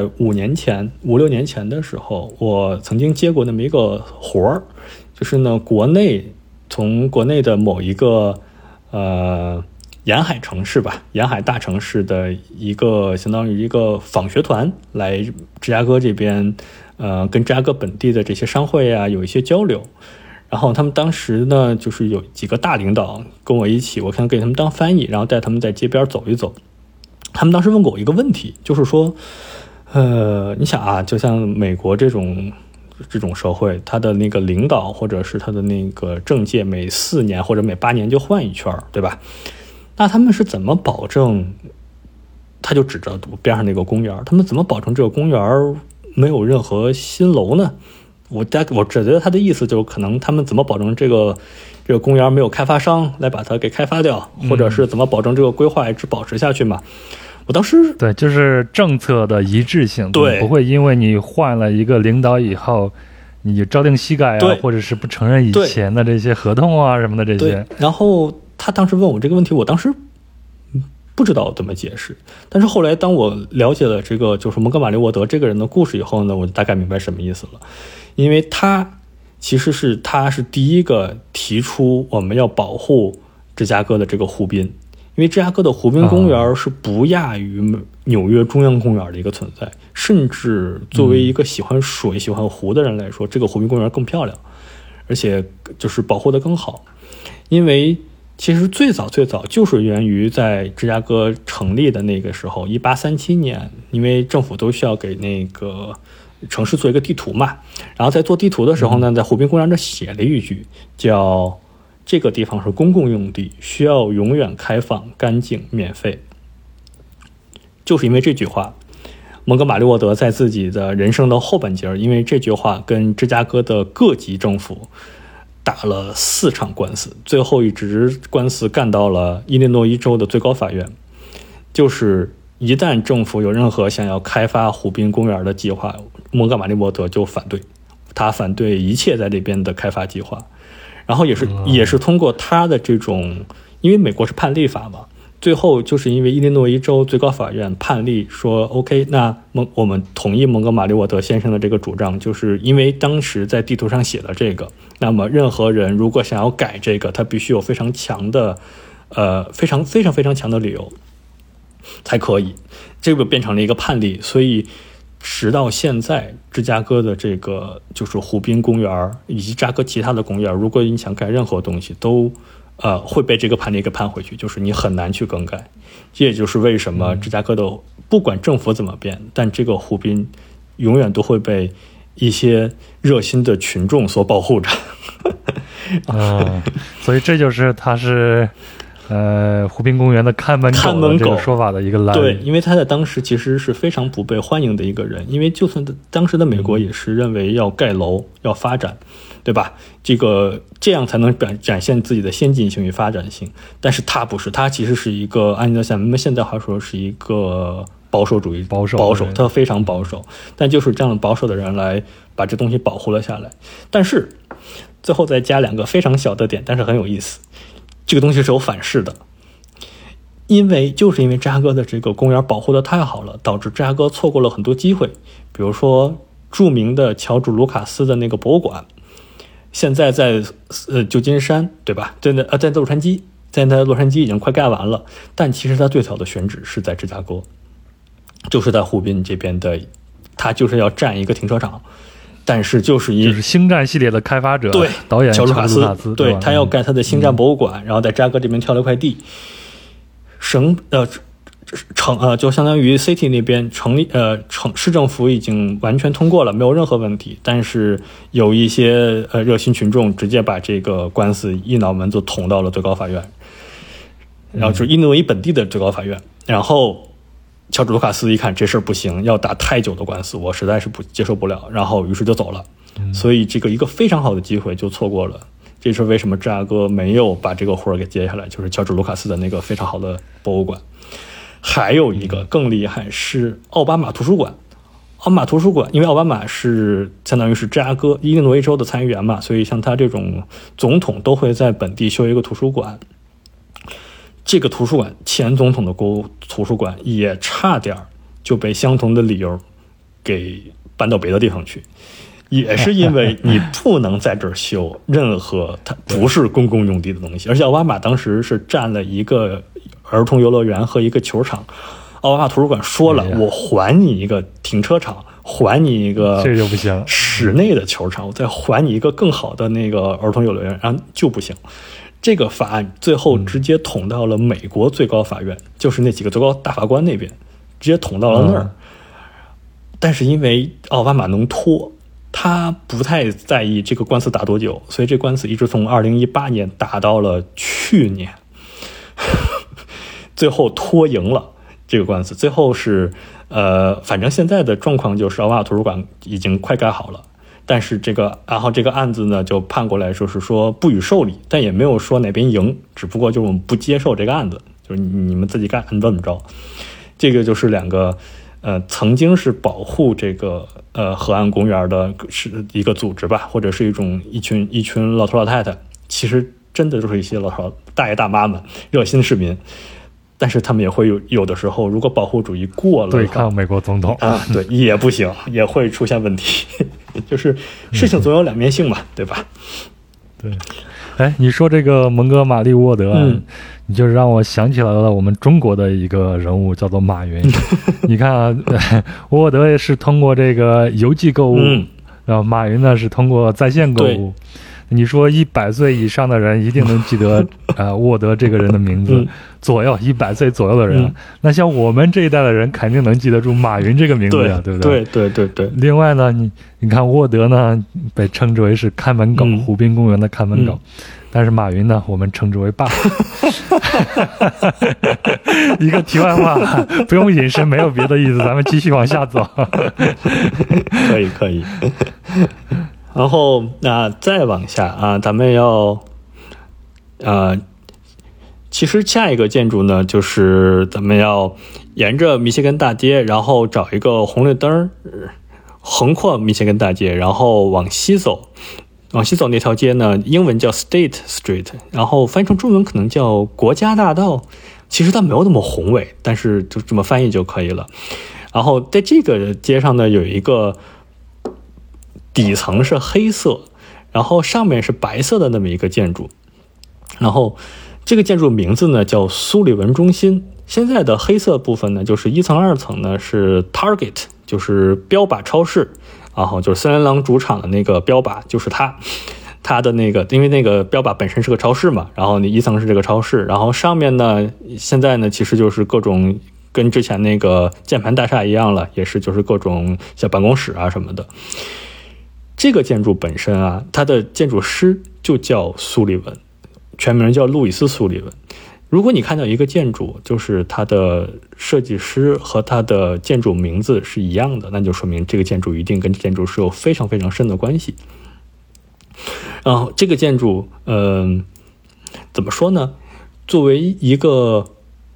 5、6年前的时候，我曾经接过那么一个活儿，就是呢，从国内的某一个沿海城市吧，沿海大城市的一个相当于一个访学团来芝加哥这边，跟芝加哥本地的这些商会啊有一些交流。然后他们当时呢，就是有几个大领导跟我一起，我看给他们当翻译，然后带他们在街边走一走。他们当时问过我一个问题，就是说，你想啊，就像美国这种社会，他的那个领导或者是他的那个政界每4年或者每8年就换一圈，对吧？那他们是怎么保证？他就指着边上那个公园，他们怎么保证这个公园没有任何新楼呢？我只觉得他的意思就是，可能他们怎么保证这个公园没有开发商来把它给开发掉，或者是怎么保证这个规划一直保持下去嘛？我当时对，就是政策的一致性， 对， 不会因为你换了一个领导以后，你就朝令夕改啊，或者是不承认以前的这些合同啊什么的这些。 对，然后他当时问我这个问题，我当时不知道怎么解释，但是后来当我了解了这个就是蒙哥马利沃德这个人的故事以后呢，我就大概明白什么意思了。因为他是第一个提出我们要保护芝加哥的这个湖滨，因为芝加哥的湖滨公园是不亚于纽约中央公园的一个存在，甚至作为一个喜欢水喜欢湖的人来说，这个湖滨公园更漂亮，而且就是保护得更好。因为其实最早就是源于在芝加哥成立的那个时候，1837年，因为政府都需要给那个城市做一个地图嘛，然后在做地图的时候呢，在湖滨公园这写了一句叫这个地方是公共用地，需要永远开放、干净、免费。就是因为这句话，蒙哥马利沃德在自己的人生的后半截，因为这句话跟芝加哥的各级政府打了4场官司，最后一直官司干到了伊利诺伊州的最高法院。就是一旦政府有任何想要开发湖滨公园的计划，蒙哥马利沃德就反对，他反对一切在这边的开发计划。然后也是通过他的这种，因为美国是判例法嘛，最后就是因为伊利诺伊州最高法院判例说 OK， 那我们同意蒙哥马利沃德先生的这个主张，就是因为当时在地图上写了这个，那么任何人如果想要改这个，他必须有非常强的非常强的理由才可以，这个变成了一个判例。所以直到现在，芝加哥的这个就是湖滨公园以及芝加哥其他的公园，如果你想改任何东西，都会被这个判例给判回去，就是你很难去更改。这也就是为什么芝加哥的不管政府怎么变，但这个湖滨永远都会被一些热心的群众所保护着。 所以这就是他是湖滨公园的看门狗这个说法的一个来源。 对，因为他在当时其实是非常不被欢迎的一个人，因为就算当时的美国也是认为要盖楼、要发展，对吧？这样才能展现自己的先进性与发展性。但是他不是，他其实是一个按照咱们现在话说是一个保守主义，保守，他非常保守。但就是这样的保守的人来把这东西保护了下来。但是最后再加2个非常小的点，但是很有意思。这个东西是有反噬的，就是因为芝加哥的这个公园保护的太好了，导致芝加哥错过了很多机会。比如说著名的乔治卢卡斯的那个博物馆，现在在旧金山，对吧？在洛杉矶已经快盖完了，但其实它最早的选址是在芝加哥，就是在湖滨这边的，它就是要占一个停车场。但是就是星战系列的开发者， 对， 导演乔治卢卡斯，对，他要盖他的星战博物馆，然后在芝加哥这边挑了块地，就相当于 City 那边市政府已经完全通过了，没有任何问题。但是有一些热心群众直接把这个官司一脑门子捅到了最高法院，然后就是伊利诺伊本地的最高法院，然后乔治卢卡斯一看这事儿不行，要打太久的官司，我实在是接受不了，然后于是就走了。所以这个一个非常好的机会就错过了。这是为什么芝加哥没有把这个活儿给接下来，就是乔治卢卡斯的那个非常好的博物馆。还有一个更厉害是奥巴马图书馆。奥巴马图书馆，因为奥巴马是相当于是芝加哥伊利诺伊州的参议员嘛，所以像他这种总统都会在本地修一个图书馆。这个图书馆，前总统的图书馆也差点就被相同的理由给搬到别的地方去，也是因为你不能在这儿修任何它不是公共用地的东西。而且奥巴马当时是占了一个儿童游乐园和一个球场，奥巴马图书馆说了，我还你一个停车场，还你一个这就不行， 室内的球场，我再还你一个更好的那个儿童游乐园，然后就不行。这个法案最后直接捅到了美国最高法院，就是那几个最高大法官那边，直接捅到了那儿。但是因为奥巴马能拖，他不太在意这个官司打多久，所以这官司一直从2018年打到了去年，最后拖赢了这个官司。最后是反正现在的状况就是奥巴马图书馆已经快盖好了。但是然后这个案子呢就判过来，就是说不予受理，但也没有说哪边赢，只不过就是我们不接受这个案子，就是你们自己干，怎么着。这个就是2个曾经是保护这个河岸公园的是一个组织吧，或者是一群老头老太太，其实真的就是一些老头大爷大妈们，热心市民。但是他们也会有的时候，如果保护主义过了对抗美国总统啊，对，也不行，也会出现问题。就是事情总有两面性嘛，对吧？ 对。哎，你说这个蒙哥马利沃德，你就让我想起来了我们中国的一个人物，叫做马云。你看啊，沃德也是通过这个邮寄购物，然后马云呢是通过在线购物。你说100岁以上的人一定能记得沃德这个人的名字，左右100岁左右的人，那像我们这一代的人肯定能记得住马云这个名字呀，对不对？ 对。 另外呢，你看沃德呢被称之为是看门狗，湖滨公园的看门狗。 但是马云呢，我们称之为爸。一个题外话，不用引申，没有别的意思，咱们继续往下走。 可以。然后再往下啊，咱们要其实下一个建筑呢，就是咱们要沿着密歇根大街，然后找一个红绿灯，横跨密歇根大街，然后往西走。往西走那条街呢，英文叫 State Street， 然后翻译成中文可能叫国家大道。其实它没有那么宏伟，但是就这么翻译就可以了。然后在这个街上呢，有一个底层是黑色，然后上面是白色的那么一个建筑。然后这个建筑名字呢叫苏利文中心。现在的黑色部分呢，就是1层2层呢是 Target， 就是标靶超市。然后就是森林狼主场的那个标靶，就是它的那个，因为那个标靶本身是个超市嘛，然后你1层是这个超市，然后上面呢，现在呢其实就是各种跟之前那个键盘大厦一样了，也是就是各种小办公室啊什么的。这个建筑本身啊，它的建筑师就叫苏利文，全名叫路易斯·苏利文。如果你看到一个建筑，就是它的设计师和它的建筑名字是一样的，那就说明这个建筑一定跟建筑师有非常非常深的关系。然后这个建筑，怎么说呢？作为一个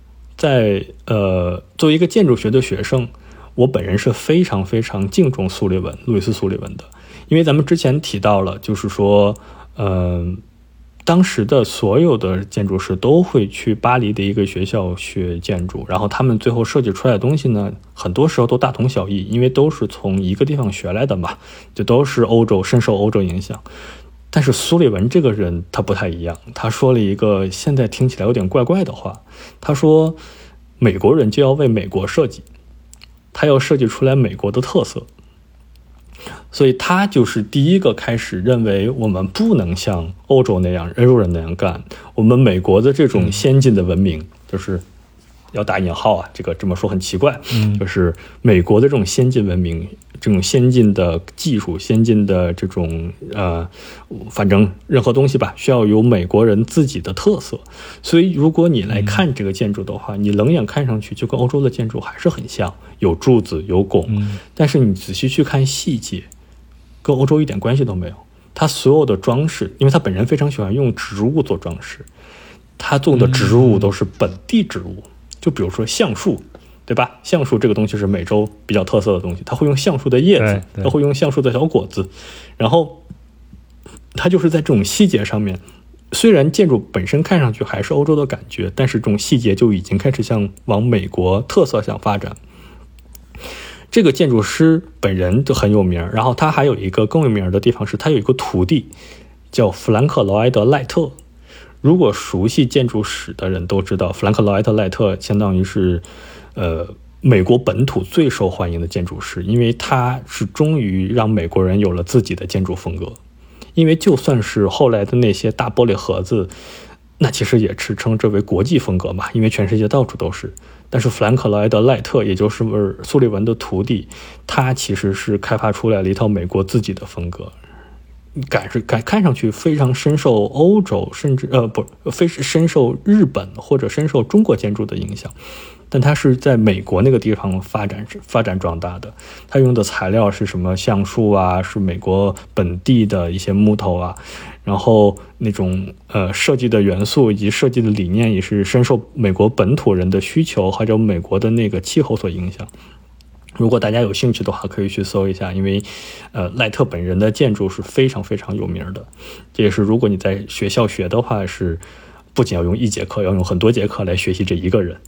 建筑学的学生，我本人是非常非常敬重路易斯·苏利文的，因为咱们之前提到了，就是说，当时的所有的建筑师都会去巴黎的一个学校学建筑，然后他们最后设计出来的东西呢，很多时候都大同小异，因为都是从一个地方学来的嘛，就都是深受欧洲影响。但是苏利文这个人他不太一样，他说了一个现在听起来有点怪怪的话，他说美国人就要为美国设计，他要设计出来美国的特色。所以他就是第一个开始认为我们不能像欧洲人那样干，我们美国的这种先进的文明，就是要打引号啊，这个这么说很奇怪，就是美国的这种先进文明，这种先进的技术，先进的这种反正任何东西吧，需要有美国人自己的特色。所以如果你来看这个建筑的话，你冷眼看上去就跟欧洲的建筑还是很像，有柱子有拱，但是你仔细去看细节，跟欧洲一点关系都没有。他所有的装饰，因为他本人非常喜欢用植物做装饰，他做的植物都是本地植物，就比如说橡树，对吧？橡树这个东西是美洲比较特色的东西，他会用橡树的叶子，他会用橡树的小果子，然后他就是在这种细节上面，虽然建筑本身看上去还是欧洲的感觉，但是这种细节就已经开始向往美国特色向发展。这个建筑师本人就很有名，然后他还有一个更有名的地方是，他有一个徒弟叫弗兰克·劳埃德·赖特。如果熟悉建筑史的人都知道，弗兰克·劳埃德·赖特相当于是美国本土最受欢迎的建筑师，因为他是终于让美国人有了自己的建筑风格。因为就算是后来的那些大玻璃盒子，那其实也是称之为国际风格嘛，因为全世界到处都是。但是弗兰克·劳埃德·赖特，也就是苏利文的徒弟，他其实是开发出来了一套美国自己的风格，看上去非常深受欧洲，甚至深受日本或者深受中国建筑的影响，但它是在美国那个地方发展壮大的。它用的材料是什么橡树啊，是美国本地的一些木头啊，然后那种设计的元素以及设计的理念也是深受美国本土人的需求，还有美国的那个气候所影响。如果大家有兴趣的话，可以去搜一下，因为赖特本人的建筑是非常非常有名的。这也是如果你在学校学的话，是不仅要用1节课，要用很多节课来学习这一个人。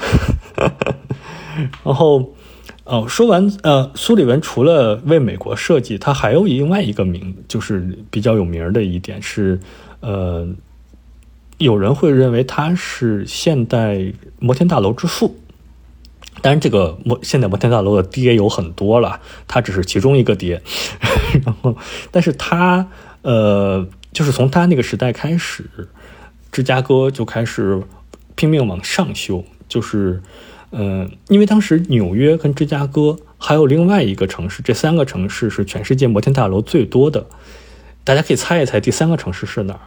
然后说完苏利文除了为美国设计，他还有另外一个就是比较有名的一点是有人会认为他是现代摩天大楼之父。当然这个现代摩天大楼的爹有很多了，他只是其中一个爹。然后但是他就是从他那个时代开始，芝加哥就开始拼命往上修，就是因为当时纽约跟芝加哥还有另外一个城市，这3个城市是全世界摩天大楼最多的。大家可以猜一猜第3个城市是哪儿？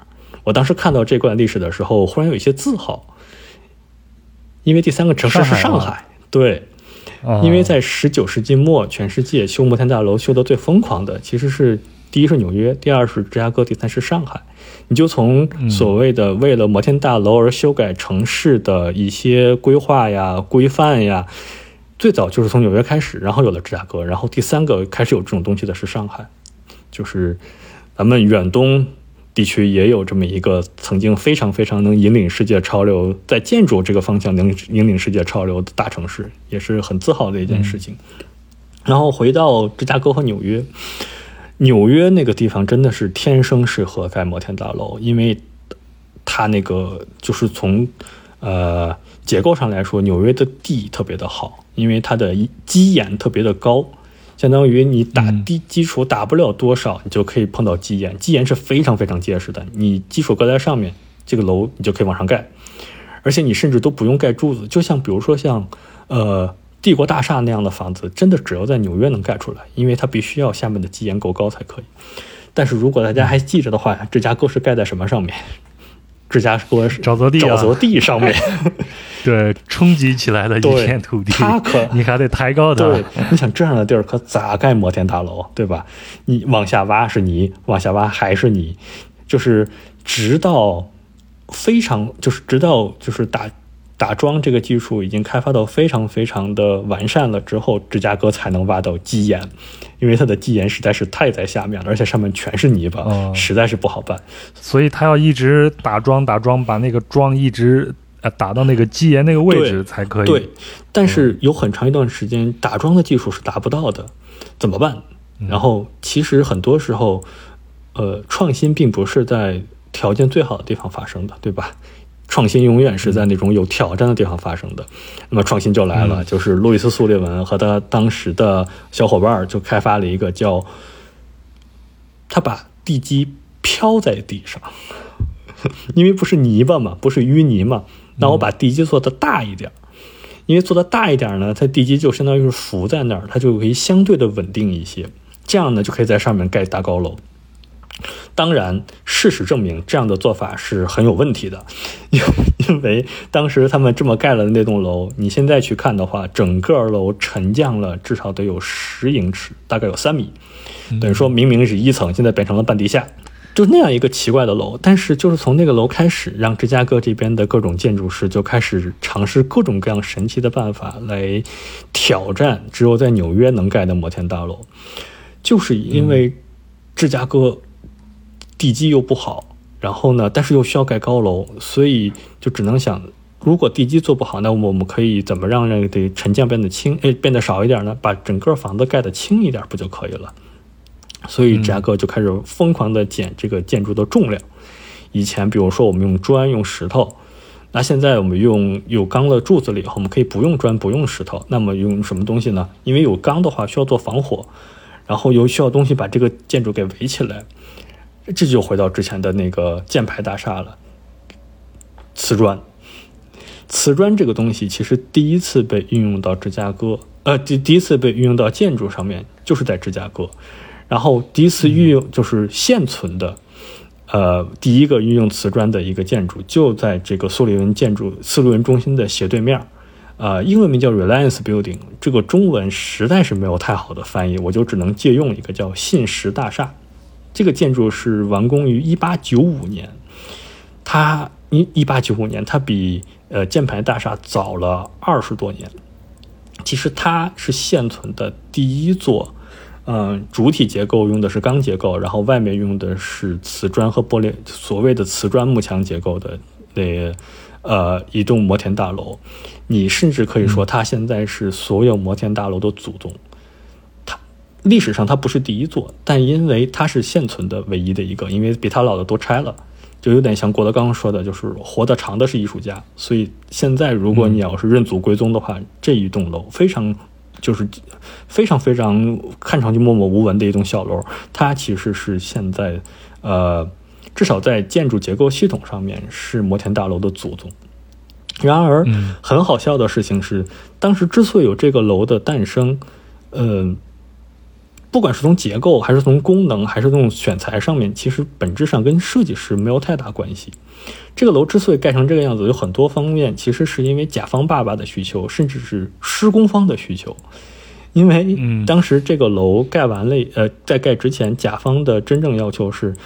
我当时看到这段历史的时候，忽然有一些自豪，因为第三个城市是上海，对。因为在19世纪末，全世界修摩天大楼修得最疯狂的，其实是第一是纽约，第二是芝加哥，第三是上海。你就从所谓的为了摩天大楼而修改城市的一些规划呀、规范呀，最早就是从纽约开始，然后有了芝加哥，然后第三个开始有这种东西的是上海，就是咱们远东地区也有这么一个曾经非常非常能引领世界潮流，在建筑这个方向能引领世界潮流的大城市，也是很自豪的一件事情。然后回到芝加哥和纽约，纽约那个地方真的是天生适合盖摩天大楼，因为它那个就是从结构上来说，纽约的地特别的好，因为它的基岩特别的高，相当于你打地基础打不了多少，你就可以碰到基岩，基岩是非常非常结实的，你基础搁在上面，这个楼你就可以往上盖，而且你甚至都不用盖柱子，就像比如说像帝国大厦那样的房子，真的只有在纽约能盖出来，因为它必须要下面的基岩够高才可以。但是如果大家还记着的话，芝加哥是盖在什么上面？芝加哥是沼泽地上面对，冲击起来的一片土地， 它可你还得抬高它。 对，你想这样的地儿可咋盖摩天大楼，对吧？你往下挖是泥，往下挖还是泥，就是直到打桩这个技术已经开发到非常非常的完善了之后，芝加哥才能挖到基岩，因为它的基岩实在是太在下面了，而且上面全是泥巴，实在是不好办。 所以它要一直打桩，把那个桩一直打到那个基岩那个位置才可以。 对，但是有很长一段时间打桩的技术是达不到的，怎么办？然后其实很多时候，创新并不是在条件最好的地方发生的，对吧？创新永远是在那种有挑战的地方发生的。那么创新就来了，就是路易斯·苏利文和他当时的小伙伴就开发了一个叫，他把地基漂在地上，因为不是泥巴嘛，不是淤泥嘛，那我把地基做得大一点，因为做得大一点呢，它地基就相当于是浮在那儿，它就可以相对的稳定一些，这样呢就可以在上面盖大高楼。当然事实证明这样的做法是很有问题的，因为当时他们这么盖了的那栋楼，你现在去看的话，整个楼沉降了至少得有10英尺，大概有3米，等于说明明是1层，现在变成了半地下，就那样一个奇怪的楼。但是就是从那个楼开始，让芝加哥这边的各种建筑师就开始尝试各种各样神奇的办法来挑战只有在纽约能盖的摩天大楼，就是因为芝加哥地基又不好，然后呢，但是又需要盖高楼，所以就只能想，如果地基做不好，那我们可以怎么让这个沉降变得少一点呢？把整个房子盖得轻一点不就可以了？所以芝加哥就开始疯狂的减这个建筑的重量。以前比如说我们用砖用石头，那现在我们用有钢的柱子了以后，我们可以不用砖不用石头，那么用什么东西呢？因为有钢的话需要做防火，然后又需要东西把这个建筑给围起来，这就回到之前的那个箭牌大厦了。瓷砖这个东西其实第一次被运用到芝加哥，第一次被运用到建筑上面就是在芝加哥，然后第一次运用就是现存的第一个运用瓷砖的一个建筑就在这个苏利文中心的斜对面，英文名叫 Reliance Building， 这个中文实在是没有太好的翻译，我就只能借用一个叫信实大厦。这个建筑是完工于1895年，它1895年，它比箭牌大厦早了20多年。其实它是现存的第一座，主体结构用的是钢结构，然后外面用的是瓷砖和玻璃，所谓的瓷砖幕墙结构的一栋摩天大楼。你甚至可以说，它现在是所有摩天大楼的祖宗。历史上它不是第一座，但因为它是现存的唯一的一个，因为比它老的都拆了，就有点像郭德纲说的，就是活得长的是艺术家。所以现在如果你要是认祖归宗的话，这一栋楼非常非常看上去默默无闻的一栋小楼，它其实是现在至少在建筑结构系统上面是摩天大楼的祖宗。然而很好笑的事情是，当时之所以有这个楼的诞生， 不管是从结构还是从功能还是从选材上面，其实本质上跟设计师没有太大关系。这个楼之所以盖成这个样子，有很多方面其实是因为甲方爸爸的需求，甚至是施工方的需求。因为当时这个楼盖完了，在盖之前，甲方的真正要求是，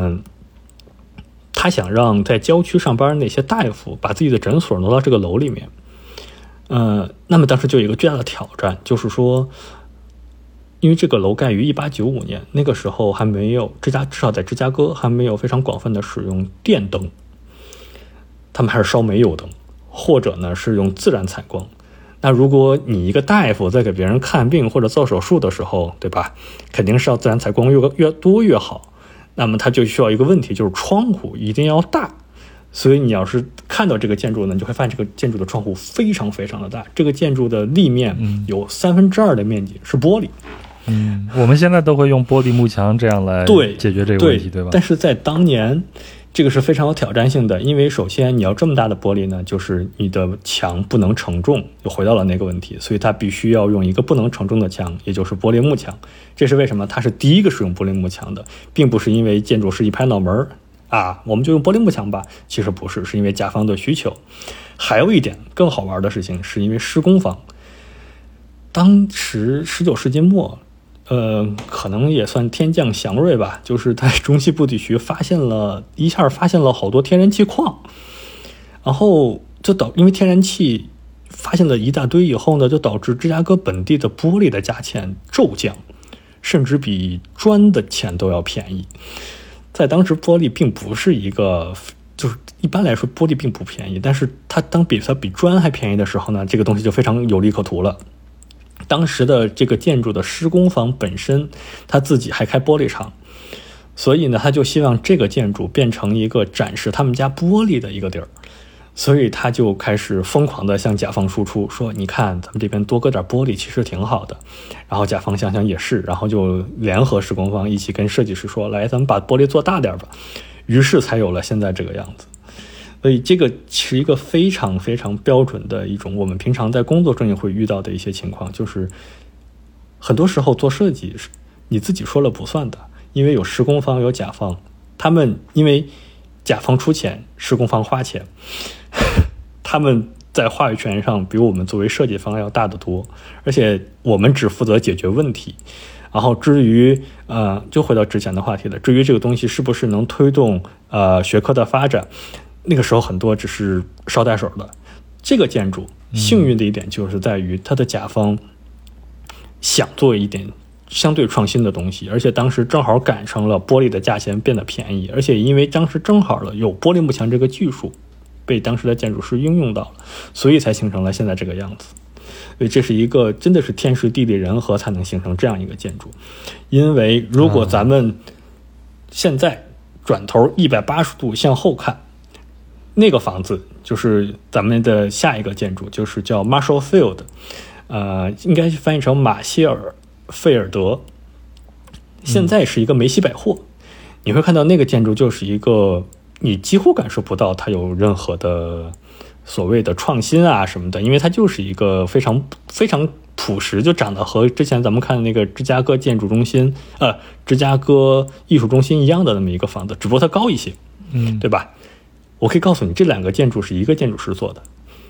他想让在郊区上班的那些大夫把自己的诊所挪到这个楼里面。那么当时就有一个巨大的挑战，就是说，因为这个楼盖于1895年，那个时候还没有至少在芝加哥还没有非常广泛的使用电灯，他们还是烧煤油灯，或者呢是用自然采光。那如果你一个大夫在给别人看病或者做手术的时候，对吧，肯定是要自然采光越多越好。那么它就需要一个问题，就是窗户一定要大。所以你要是看到这个建筑呢，你就会发现这个建筑的窗户非常非常的大，这个建筑的立面有2/3的面积是玻璃。 我们现在都会用玻璃幕墙这样来解决这个问题， 对吧？ 但是在当年这个是非常有挑战性的，因为首先你要这么大的玻璃呢，就是你的墙不能承重，又回到了那个问题，所以它必须要用一个不能承重的墙，也就是玻璃幕墙。这是为什么它是第一个使用玻璃幕墙的，并不是因为建筑师一拍脑门我们就用玻璃幕墙吧，其实不是，是因为甲方的需求。还有一点更好玩的事情，是因为施工方当时19世纪末可能也算天降祥瑞吧，就是在中西部地区一下发现了好多天然气矿，然后因为天然气发现了一大堆以后呢，就导致芝加哥本地的玻璃的价钱骤降，甚至比砖的钱都要便宜。在当时玻璃并不是一个，就是一般来说玻璃并不便宜，但是它比砖还便宜的时候呢，这个东西就非常有利可图了。当时的这个建筑的施工方本身他自己还开玻璃厂，所以呢他就希望这个建筑变成一个展示他们家玻璃的一个地儿，所以他就开始疯狂的向甲方输出，说你看咱们这边多搁点玻璃其实挺好的。然后甲方想想也是，然后就联合施工方一起跟设计师说，来咱们把玻璃做大点吧，于是才有了现在这个样子。所以这个是一个非常非常标准的一种我们平常在工作中也会遇到的一些情况，就是很多时候做设计是你自己说了不算的，因为有施工方有甲方，他们因为甲方出钱，施工方花钱，他们在话语权上比我们作为设计方要大得多，而且我们只负责解决问题。然后至于就回到之前的话题了，至于这个东西是不是能推动学科的发展，那个时候很多只是捎带手的。这个建筑幸运的一点就是在于它的甲方想做一点相对创新的东西，而且当时正好赶上了玻璃的价钱变得便宜，而且因为当时正好了有玻璃幕墙这个技术被当时的建筑师应用到了，所以才形成了现在这个样子。所以这是一个真的是天时地利人和才能形成这样一个建筑。因为如果咱们现在转头180度向后看，那个房子就是咱们的下一个建筑，就是叫 Marshall Field，应该翻译成马歇尔费尔德，现在是一个梅西百货。你会看到那个建筑就是一个你几乎感受不到它有任何的所谓的创新啊什么的，因为它就是一个非常非常朴实，就长得和之前咱们看的那个芝加哥建筑中心芝加哥艺术中心一样的那么一个房子，只不过它高一些，对吧？我可以告诉你，这两个建筑是一个建筑师做的，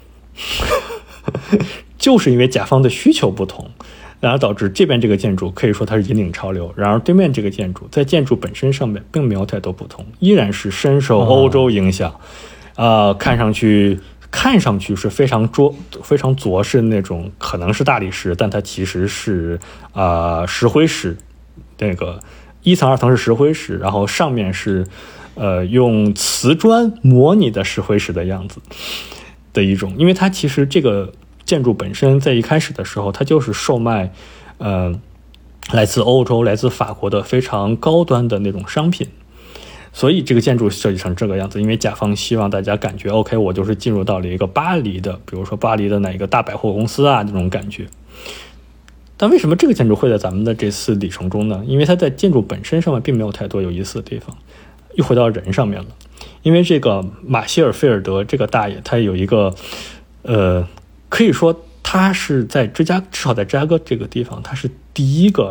就是因为甲方的需求不同，然而导致这边这个建筑可以说它是引领潮流，然而对面这个建筑在建筑本身上面并没有太多不同，依然是深受欧洲影响，看上去是非常着实那种，可能是大理石，但它其实是石灰石，那个1层2层是石灰石，然后上面是用瓷砖模拟的石灰石的样子的一种。因为它其实这个建筑本身在一开始的时候，它就是售卖来自欧洲来自法国的非常高端的那种商品，所以这个建筑设计成这个样子，因为甲方希望大家感觉 OK， 我就是进入到了一个巴黎的，比如说巴黎的哪一个大百货公司啊，这种感觉。但为什么这个建筑会在咱们的这次里程中呢？因为它在建筑本身上面并没有太多有意思的地方，又回到人上面了。因为这个马歇尔菲尔德这个大爷，他有一个可以说他是在至少在芝加哥这个地方，他是第一个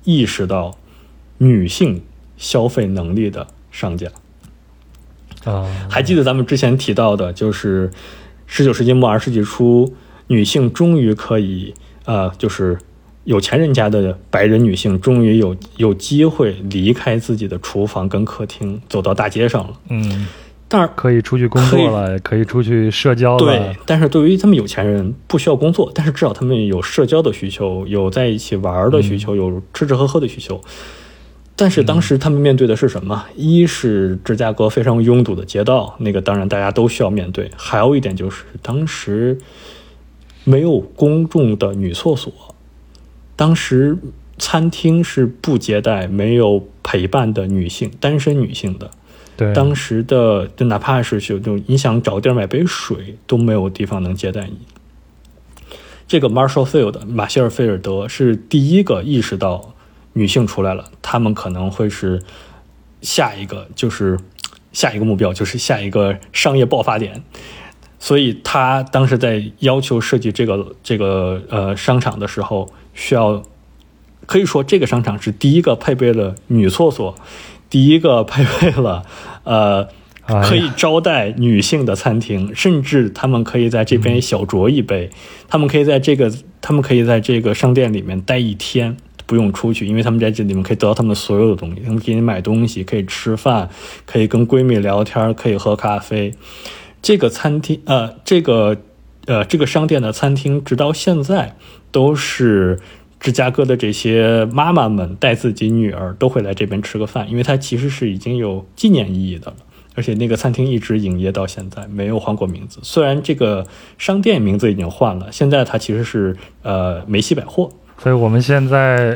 意识到女性消费能力的商家。还记得咱们之前提到的，就是19世纪末20世纪初，女性终于可以就是有钱人家的白人女性终于有机会离开自己的厨房跟客厅，走到大街上了。但是可以出去工作了，可以出去社交了。 对，但是对于他们有钱人不需要工作，但是至少他们有社交的需求，有在一起玩的需求，有吃吃喝喝的需求。但是当时他们面对的是什么？一是芝加哥非常拥堵的街道，那个当然大家都需要面对。还有一点就是当时没有公众的女厕所，当时餐厅是不接待没有陪伴的女性、单身女性的。 对， 当时的就哪怕是就你想找地儿买杯水都没有地方能接待你。这个 Marshall Field 马歇尔菲尔德是第一个意识到女性出来了，他们可能会是下一个目标，就是下一个商业爆发点。所以他当时在要求设计这个商场的时候，可以说这个商场是第一个配备了女厕所，第一个配备了可以招待女性的餐厅，甚至他们可以在这边小酌一杯，他们可以在这个商店里面待一天。不用出去，因为他们在这里面可以得到他们所有的东西，他们给你买东西，可以吃饭，可以跟闺蜜聊天，可以喝咖啡。这个餐厅这个商店的餐厅直到现在都是芝加哥的这些妈妈们带自己女儿都会来这边吃个饭，因为它其实是已经有纪念意义的了。而且那个餐厅一直营业到现在，没有换过名字。虽然这个商店名字已经换了，现在它其实是梅西百货。 所以我们现在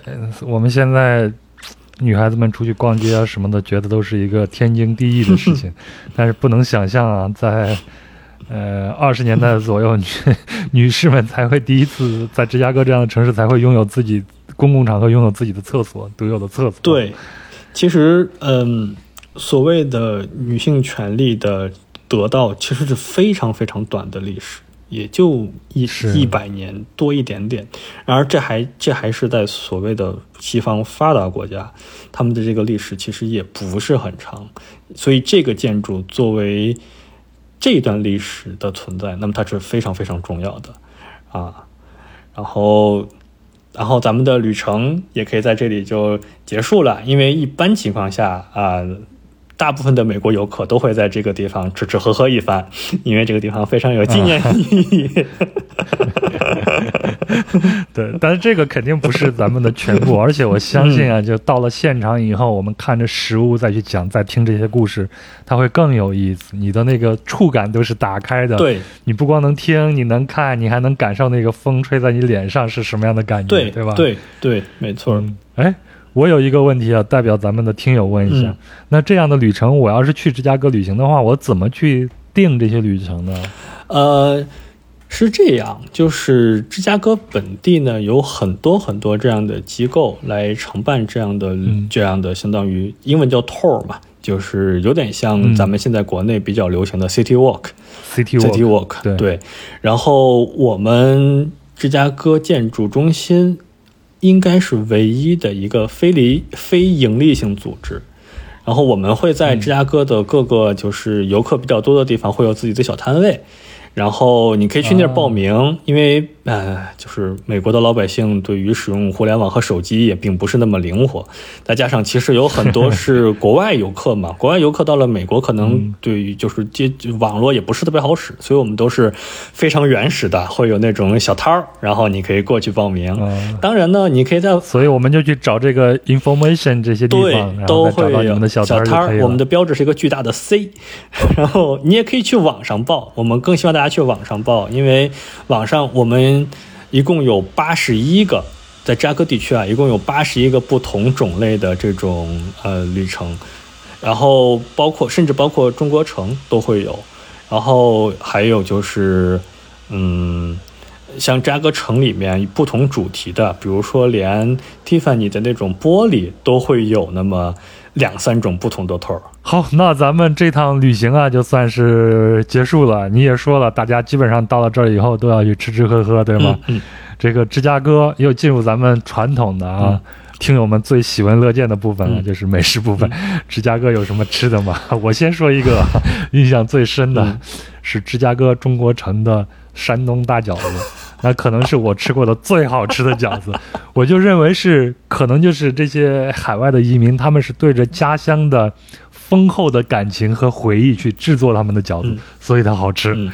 女孩子们出去逛街啊什么的，觉得都是一个天经地义的事情，但是不能想象啊，在20年代左右，女士们才会第一次在芝加哥这样的城市才会拥有自己公共场合拥有自己的厕所，独有的厕所。 对，其实所谓的女性权利的得到，其实是非常非常短的历史。也就100年多一点点，然而这还是在所谓的西方发达国家，他们的这个历史其实也不是很长，所以这个建筑作为这段历史的存在，那么它是非常非常重要的然后咱们的旅程也可以在这里就结束了，因为一般情况下大部分的美国游客都会在这个地方吃吃喝喝一番，因为这个地方非常有纪念意义。 对，但是这个肯定不是咱们的全部，而且我相信就到了现场以后，我们看着实物再去讲、再听这些故事，它会更有意思。你的那个触感都是打开的， 对， 你不光能听，你能看，你还能感受那个风吹在你脸上是什么样的感觉，对吧？ 对，没错。 我有一个问题代表咱们的听友问一下，那这样的旅程，我要是去芝加哥旅行的话，我怎么去定这些旅程呢？ 是这样，就是芝加哥本地呢有很多很多这样的机构来承办这样的相当于英文叫 tour 嘛，就是有点像咱们现在国内比较流行的 City Walk。对。然后我们芝加哥建筑中心应该是唯一的一个非盈利性组织，然后我们会在芝加哥的各个就是游客比较多的地方会有自己的小摊位，然后你可以去那儿报名，因为就是美国的老百姓对于使用互联网和手机也并不是那么灵活，再加上其实有很多是国外游客嘛，国外游客到了美国可能对于就是网络也不是特别好使，所以我们都是非常原始的，会有那种小摊儿，然后你可以过去报名。当然呢，你可以所以我们就去找这个 information 这些地方， 对，都会有你们的小摊儿。 我们的标志是一个巨大的 C， 然后你也可以去网上报，我们更希望大家去网上报，因为网上我们一共有81个，在芝加哥地区一共有81个不同种类的这种旅程，然后甚至包括中国城都会有，然后还有就是像芝加哥城里面不同主题的，比如说连 Tiffany 的那种玻璃都会有那么2-3种不同的头。 好，那咱们这趟旅行就算是结束了。你也说了，大家基本上到了这儿以后都要去吃吃喝喝，对吗？这个芝加哥又进入咱们传统的听友们最喜闻乐见的部分了，就是美食部分。芝加哥有什么吃的吗？我先说一个印象最深的，是芝加哥中国城的山东大饺子。那可能是我吃过的最好吃的饺子，我就认为可能就是这些海外的移民，他们是对着家乡的丰厚的感情和回忆去制作他们的饺子，所以它好吃。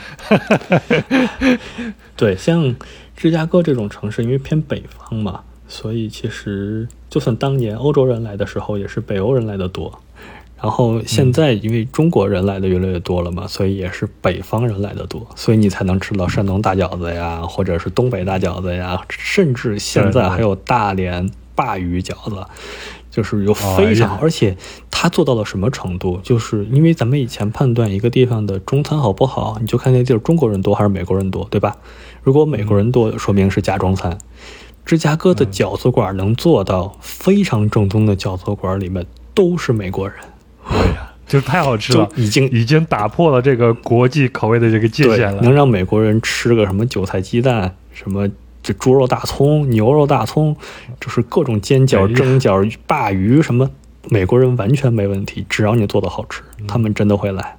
对，像芝加哥这种城市，因为偏北方嘛，所以其实就算当年欧洲人来的时候，也是北欧人来的多。然后现在因为中国人来的越来越多了嘛，所以也是北方人来的多，所以你才能吃到山东大饺子呀，或者是东北大饺子呀，甚至现在还有大连鲅鱼饺子，就是有非常，而且它做到了什么程度？就是因为咱们以前判断一个地方的中餐好不好，你就看那地儿中国人多还是美国人多，对吧？如果美国人多，说明是家中餐。芝加哥的饺子馆能做到非常正宗的饺子馆里面都是美国人。 对呀，就太好吃了， 已经打破了这个国际口味的这个界限了。 能让美国人吃个什么韭菜鸡蛋，什么这猪肉大葱、牛肉大葱，就是各种煎饺、蒸饺、鲅鱼什么，美国人完全没问题，只要你做的好吃，他们真的会来。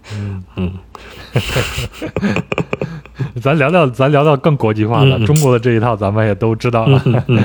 咱聊聊更国际化的，中国的这一套咱们也都知道了。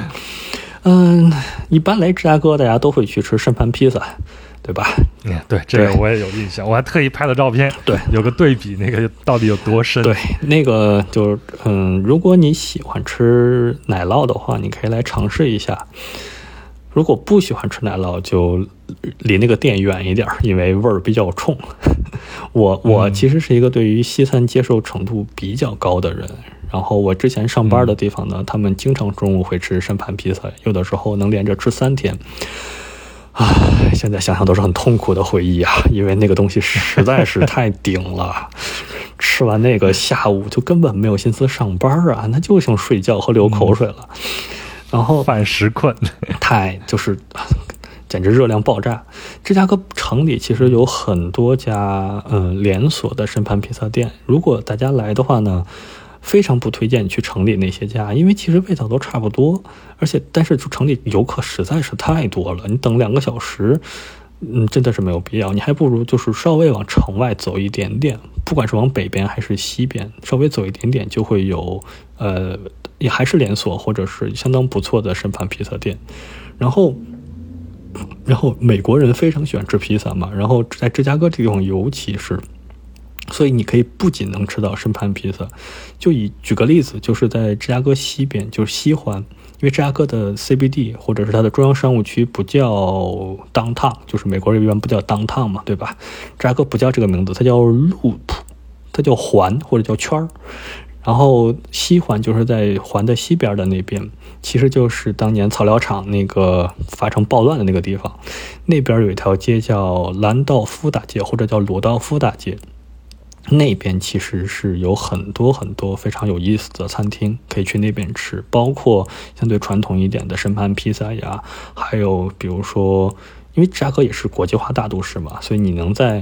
一般来芝加哥大家都会去吃圣盘披萨，对吧？ 对，这个我也有印象，我还特意拍了照片， 对， 有个对比，那个到底有多深？ 对，那个就是如果你喜欢吃奶酪的话，你可以来尝试一下。如果不喜欢吃奶酪，就离那个店远一点，因为味儿比较冲。我其实是一个对于西餐接受程度比较高的人，然后我之前上班的地方呢，他们经常中午会吃圣盘披萨，有的时候能连着吃3天。现在想想都是很痛苦的回忆啊，因为那个东西实在是太顶了。吃完那个下午就根本没有心思上班啊，那就想睡觉和流口水了。然后饭时困， 就是简直热量爆炸。芝加哥城里其实有很多家连锁的圣盘披萨店，如果大家来的话呢，非常不推荐去城里那些家，因为其实味道都差不多，但是就城里游客实在是太多了，你等2个小时，真的是没有必要。你还不如就是稍微往城外走一点点，不管是往北边还是西边，稍微走一点点就会有也还是连锁或者是相当不错的圣盘披萨店。然后美国人非常喜欢吃披萨嘛，然后在芝加哥这地方尤其是，所以你可以不仅能吃到圣盘披萨，就举个例子，就是在芝加哥西边，就是西环，因为芝加哥的 CBD 或者是它的中央商务区不叫 downtown， 就是美国人一般不叫 downtown 嘛，对吧？芝加哥不叫这个名字，它叫 loop， 它叫环或者叫圈儿。然后西环就是在环的西边的那边，其实就是当年草料场那个发生暴乱的那个地方，那边有一条街叫兰道夫大街或者叫鲁道夫大街，那边其实是有很多很多非常有意思的餐厅可以去那边吃，包括相对传统一点的圣盘披萨呀，还有比如说因为芝加哥也是国际化大都市嘛，所以你能在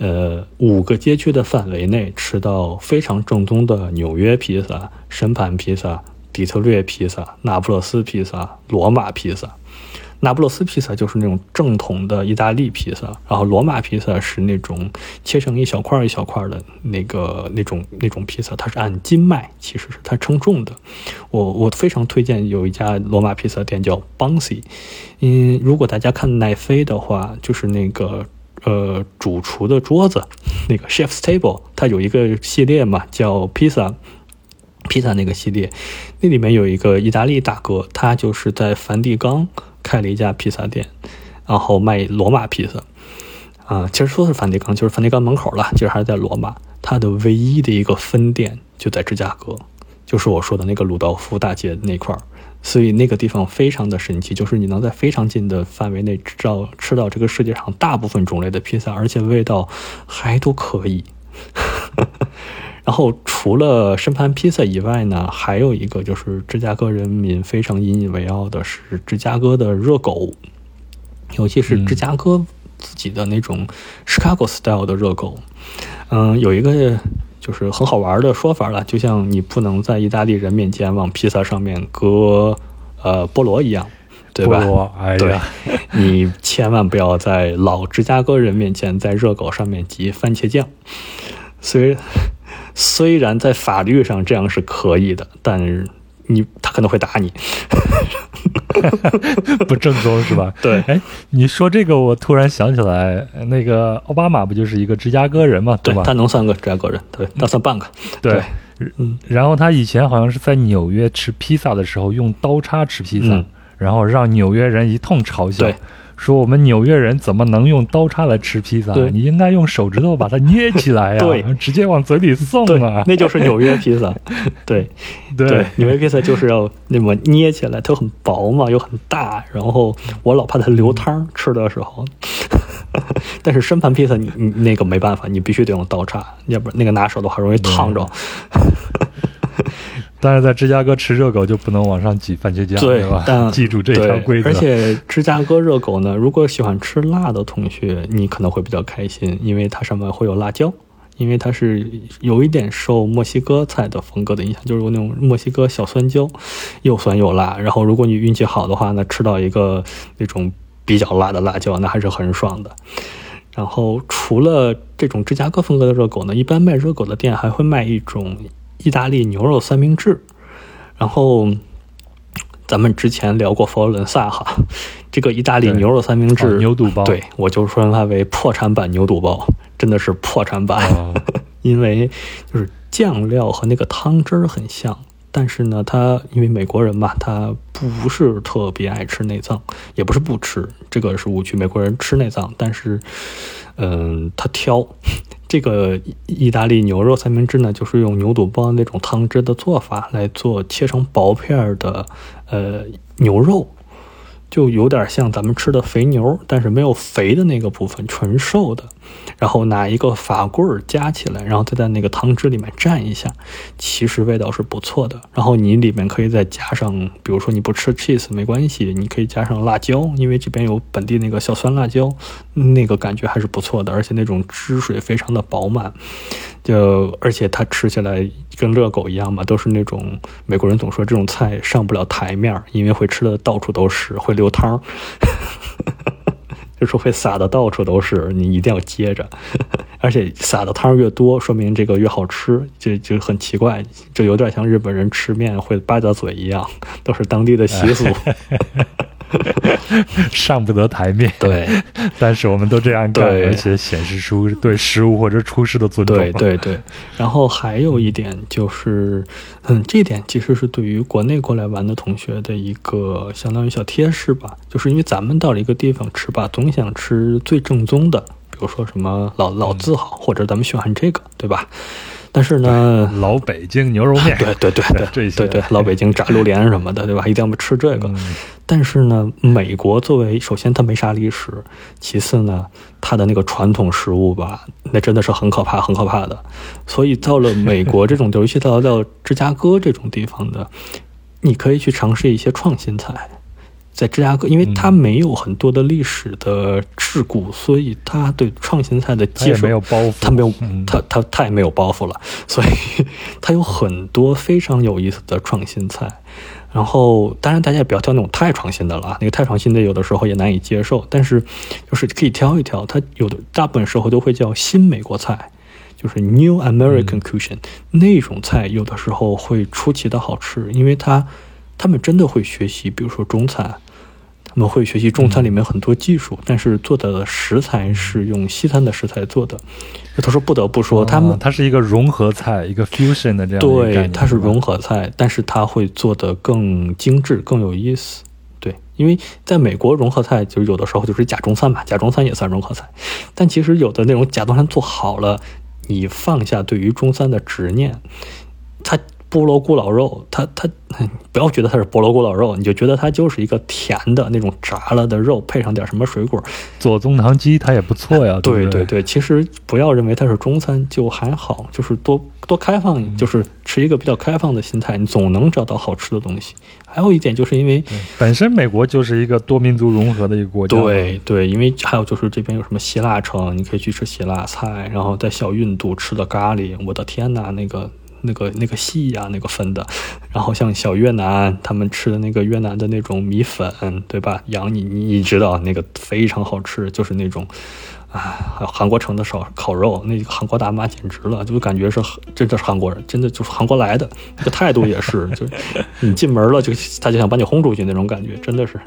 5个街区的范围内吃到非常正宗的纽约披萨、圣盘披萨、底特律披萨、那不勒斯披萨、罗马披萨。那不勒斯披萨就是那种正统的意大利披萨，然后罗马披萨是那种切成一小块一小块的那种披萨，它是按斤卖，其实是它称重的。我非常推荐有一家罗马披萨店叫 Bouncy， 如果大家看奈飞的话，就是那个主厨的桌子，那个 Chef's Table， 它有一个系列嘛，叫披萨那个系列，那里面有一个意大利大哥，他就是在梵蒂冈开了一家披萨店，然后卖罗马披萨其实说是梵蒂冈，就是梵蒂冈门口了，其实还是在罗马。它的唯一的一个分店就在芝加哥，就是我说的那个鲁道夫大街那块儿，所以那个地方非常的神奇，就是你能在非常近的范围内吃到这个世界上大部分种类的披萨，而且味道还都可以。然后除了圣盘披萨以外呢，还有一个就是芝加哥人民非常引以为傲的是芝加哥的热狗，尤其是芝加哥自己的那种 Chicago style 的热狗。有一个就是很好玩的说法了，就像你不能在意大利人面前往披萨上面搁菠萝一样， 对吧？ 菠萝，哎对呀，， 你千万不要在老芝加哥人面前在热狗上面挤番茄酱。虽然在法律上这样是可以的，但是他可能会打你。 不正宗是吧？ 对， 哎，你说这个，我突然想起来，那个奥巴马不就是一个芝加哥人嘛， 对， 吧？ 他能算个芝加哥人，对，他算半个。 对， 嗯， 然后他以前好像是在纽约吃披萨的时候用刀叉吃披萨，然后让纽约人一通嘲笑。 对， 说我们纽约人怎么能用刀叉来吃披萨？你应该用手指头把它捏起来呀， 对， 直接往嘴里送啊。 那就是纽约披萨。对对， 纽约披萨就是要那么捏起来，它很薄嘛，又很大，然后我老怕它流汤吃的时候。但是深盘披萨你那个没办法，你必须得用刀叉，要不然那个拿手的话容易烫着。 但是在芝加哥吃热狗就不能往上挤番茄酱，对吧？记住这条规则。 而且芝加哥热狗呢，如果喜欢吃辣的同学，你可能会比较开心，因为它上面会有辣椒，因为它是有一点受墨西哥菜的风格的影响，就是有那种墨西哥小酸椒，又酸又辣。然后如果你运气好的话呢，吃到一个那种比较辣的辣椒，那还是很爽的。然后除了这种芝加哥风格的热狗呢，一般卖热狗的店还会卖一种意大利牛肉三明治。然后咱们之前聊过佛罗伦萨哈，这个意大利牛肉三明治， 牛肚包， 对，我就说它为破产版牛肚包，真的是破产版。因为就是酱料和那个汤汁很像，但是呢，他因为美国人嘛，他不是特别爱吃内脏，也不是不吃，这个是误区。美国人吃内脏，但是他挑。这个意大利牛肉三明治呢，就是用牛肚包那种汤汁的做法来做，切成薄片的牛肉，就有点像咱们吃的肥牛，但是没有肥的那个部分，纯瘦的。然后拿一个法棍夹起来，然后再在那个汤汁里面蘸一下，其实味道是不错的。然后你里面可以再加上，比如说你不吃 cheese 没关系，你可以加上辣椒，因为这边有本地那个小酸辣椒，那个感觉还是不错的，而且那种汁水非常的饱满，而且它吃起来跟热狗一样嘛，都是那种美国人总说这种菜上不了台面，因为会吃的到处都是，会流汤。就是会撒的到处都是，你一定要接着，而且撒的汤越多，说明这个越好吃，就很奇怪，就有点像日本人吃面会吧嗒嘴一样，都是当地的习俗。 上不得台面， 对， 但是我们都这样干，而且显示出对食物或者厨师的尊重。 对。然后还有一点就是，这一点其实是对于国内过来玩的同学的一个相当于小贴士吧，就是因为咱们到了一个地方吃吧，总想吃最正宗的，比如说什么老字号，或者咱们喜欢这个，对吧？但是呢， 老北京牛肉面， 对，老北京炸榴莲什么的，对吧？一定要吃这个。但是呢，美国作为首先它没啥历史，其次呢，它的那个传统食物吧，那真的是很可怕的。所以到了美国这种，尤其到芝加哥这种地方的，你可以去尝试一些创新菜。在芝加哥，因为它没有很多的历史的桎梏，所以它对创新菜的接受没有包袱， 它太没有包袱了，所以它有很多非常有意思的创新菜。然后当然大家也不要挑那种太创新的了，那个太创新的有的时候也难以接受，但是就是可以挑一挑，它有的大部分时候都会叫新美国菜，就是 New American Cuisine，那种菜有的时候会出奇的好吃，因为他们真的会学习，比如说中餐，他们会学习中餐里面很多技术，但是做的食材是用西餐的食材做的。他说不得不说， 它是一个融合菜，一个 fusion 的这样的概念。 对，它是融合菜，但是它会做得更精致、更有意思。对，因为在美国融合菜就有的时候就是假中餐嘛，假中餐也算融合菜，但其实有的那种假中餐做好了，你放下对于中餐的执念，它菠萝咕老肉，它不要觉得它是菠萝咕老肉，你就觉得它就是一个甜的那种炸了的肉，配上点什么水果， 做宗棠鸡它也不错呀。 对，其实不要认为它是中餐就还好，就是多开放，就是持一个比较开放的心态，你总能找到好吃的东西。还有一点就是因为本身美国就是一个多民族融合的一个国家， 对，因为还有就是这边有什么希腊城，你可以去吃希腊菜，然后在小印度吃的咖喱，我的天哪， 那个细呀，那个分的。然后像小越南他们吃的那个越南的那种米粉，对吧？羊你知道那个非常好吃，就是那种韩国城的烤肉，那个韩国大妈简直了，就感觉是真的是韩国人，真的就是韩国来的，这个态度也是，就你进门了他就想把你轰出去那种感觉，真的是。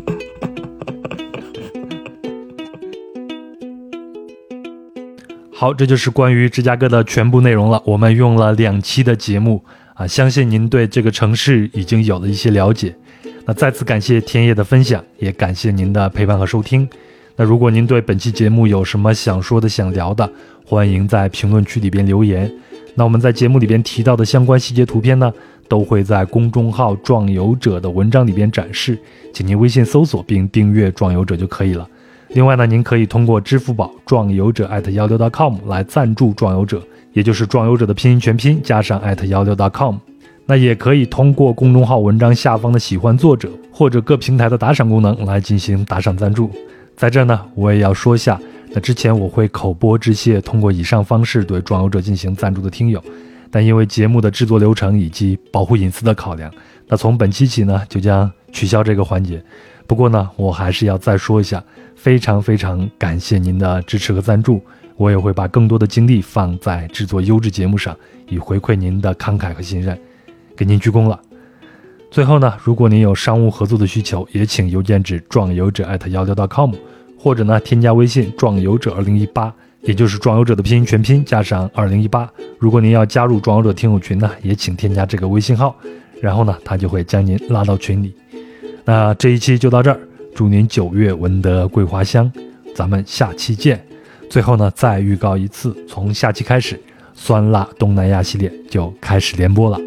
好，这就是关于芝加哥的全部内容了。我们用了2期的节目相信您对这个城市已经有了一些了解。那再次感谢天野的分享，也感谢您的陪伴和收听。那如果您对本期节目有什么想说的、想聊的，欢迎在评论区里边留言。那我们在节目里边提到的相关细节图片呢，都会在公众号壮游者的文章里边展示，请您微信搜索并订阅壮游者就可以了。另外呢，您可以通过支付宝壮游者@16.com 来赞助壮游者，也就是壮游者的拼音全拼加上@16.com。那也可以通过公众号文章下方的喜欢作者或者各平台的打赏功能来进行打赏赞助。在这呢，我也要说一下，那之前我会口播致谢通过以上方式对壮游者进行赞助的听友，但因为节目的制作流程以及保护隐私的考量，那从本期起呢就将取消这个环节。不过呢，我还是要再说一下，非常非常感谢您的支持和赞助，我也会把更多的精力放在制作优质节目上，以回馈您的慷慨和信任，给您鞠躬了。最后呢，如果您有商务合作的需求，也请邮件至壮游者@16.com，或者呢添加微信壮游者2018，也就是壮游者的拼音全拼加上2018。如果您要加入壮游者听友群呢，也请添加这个微信号，然后呢他就会将您拉到群里。那这一期就到这儿，祝您9月闻得桂花香，咱们下期见。最后呢再预告一次，从下期开始，酸辣东南亚系列就开始连播了。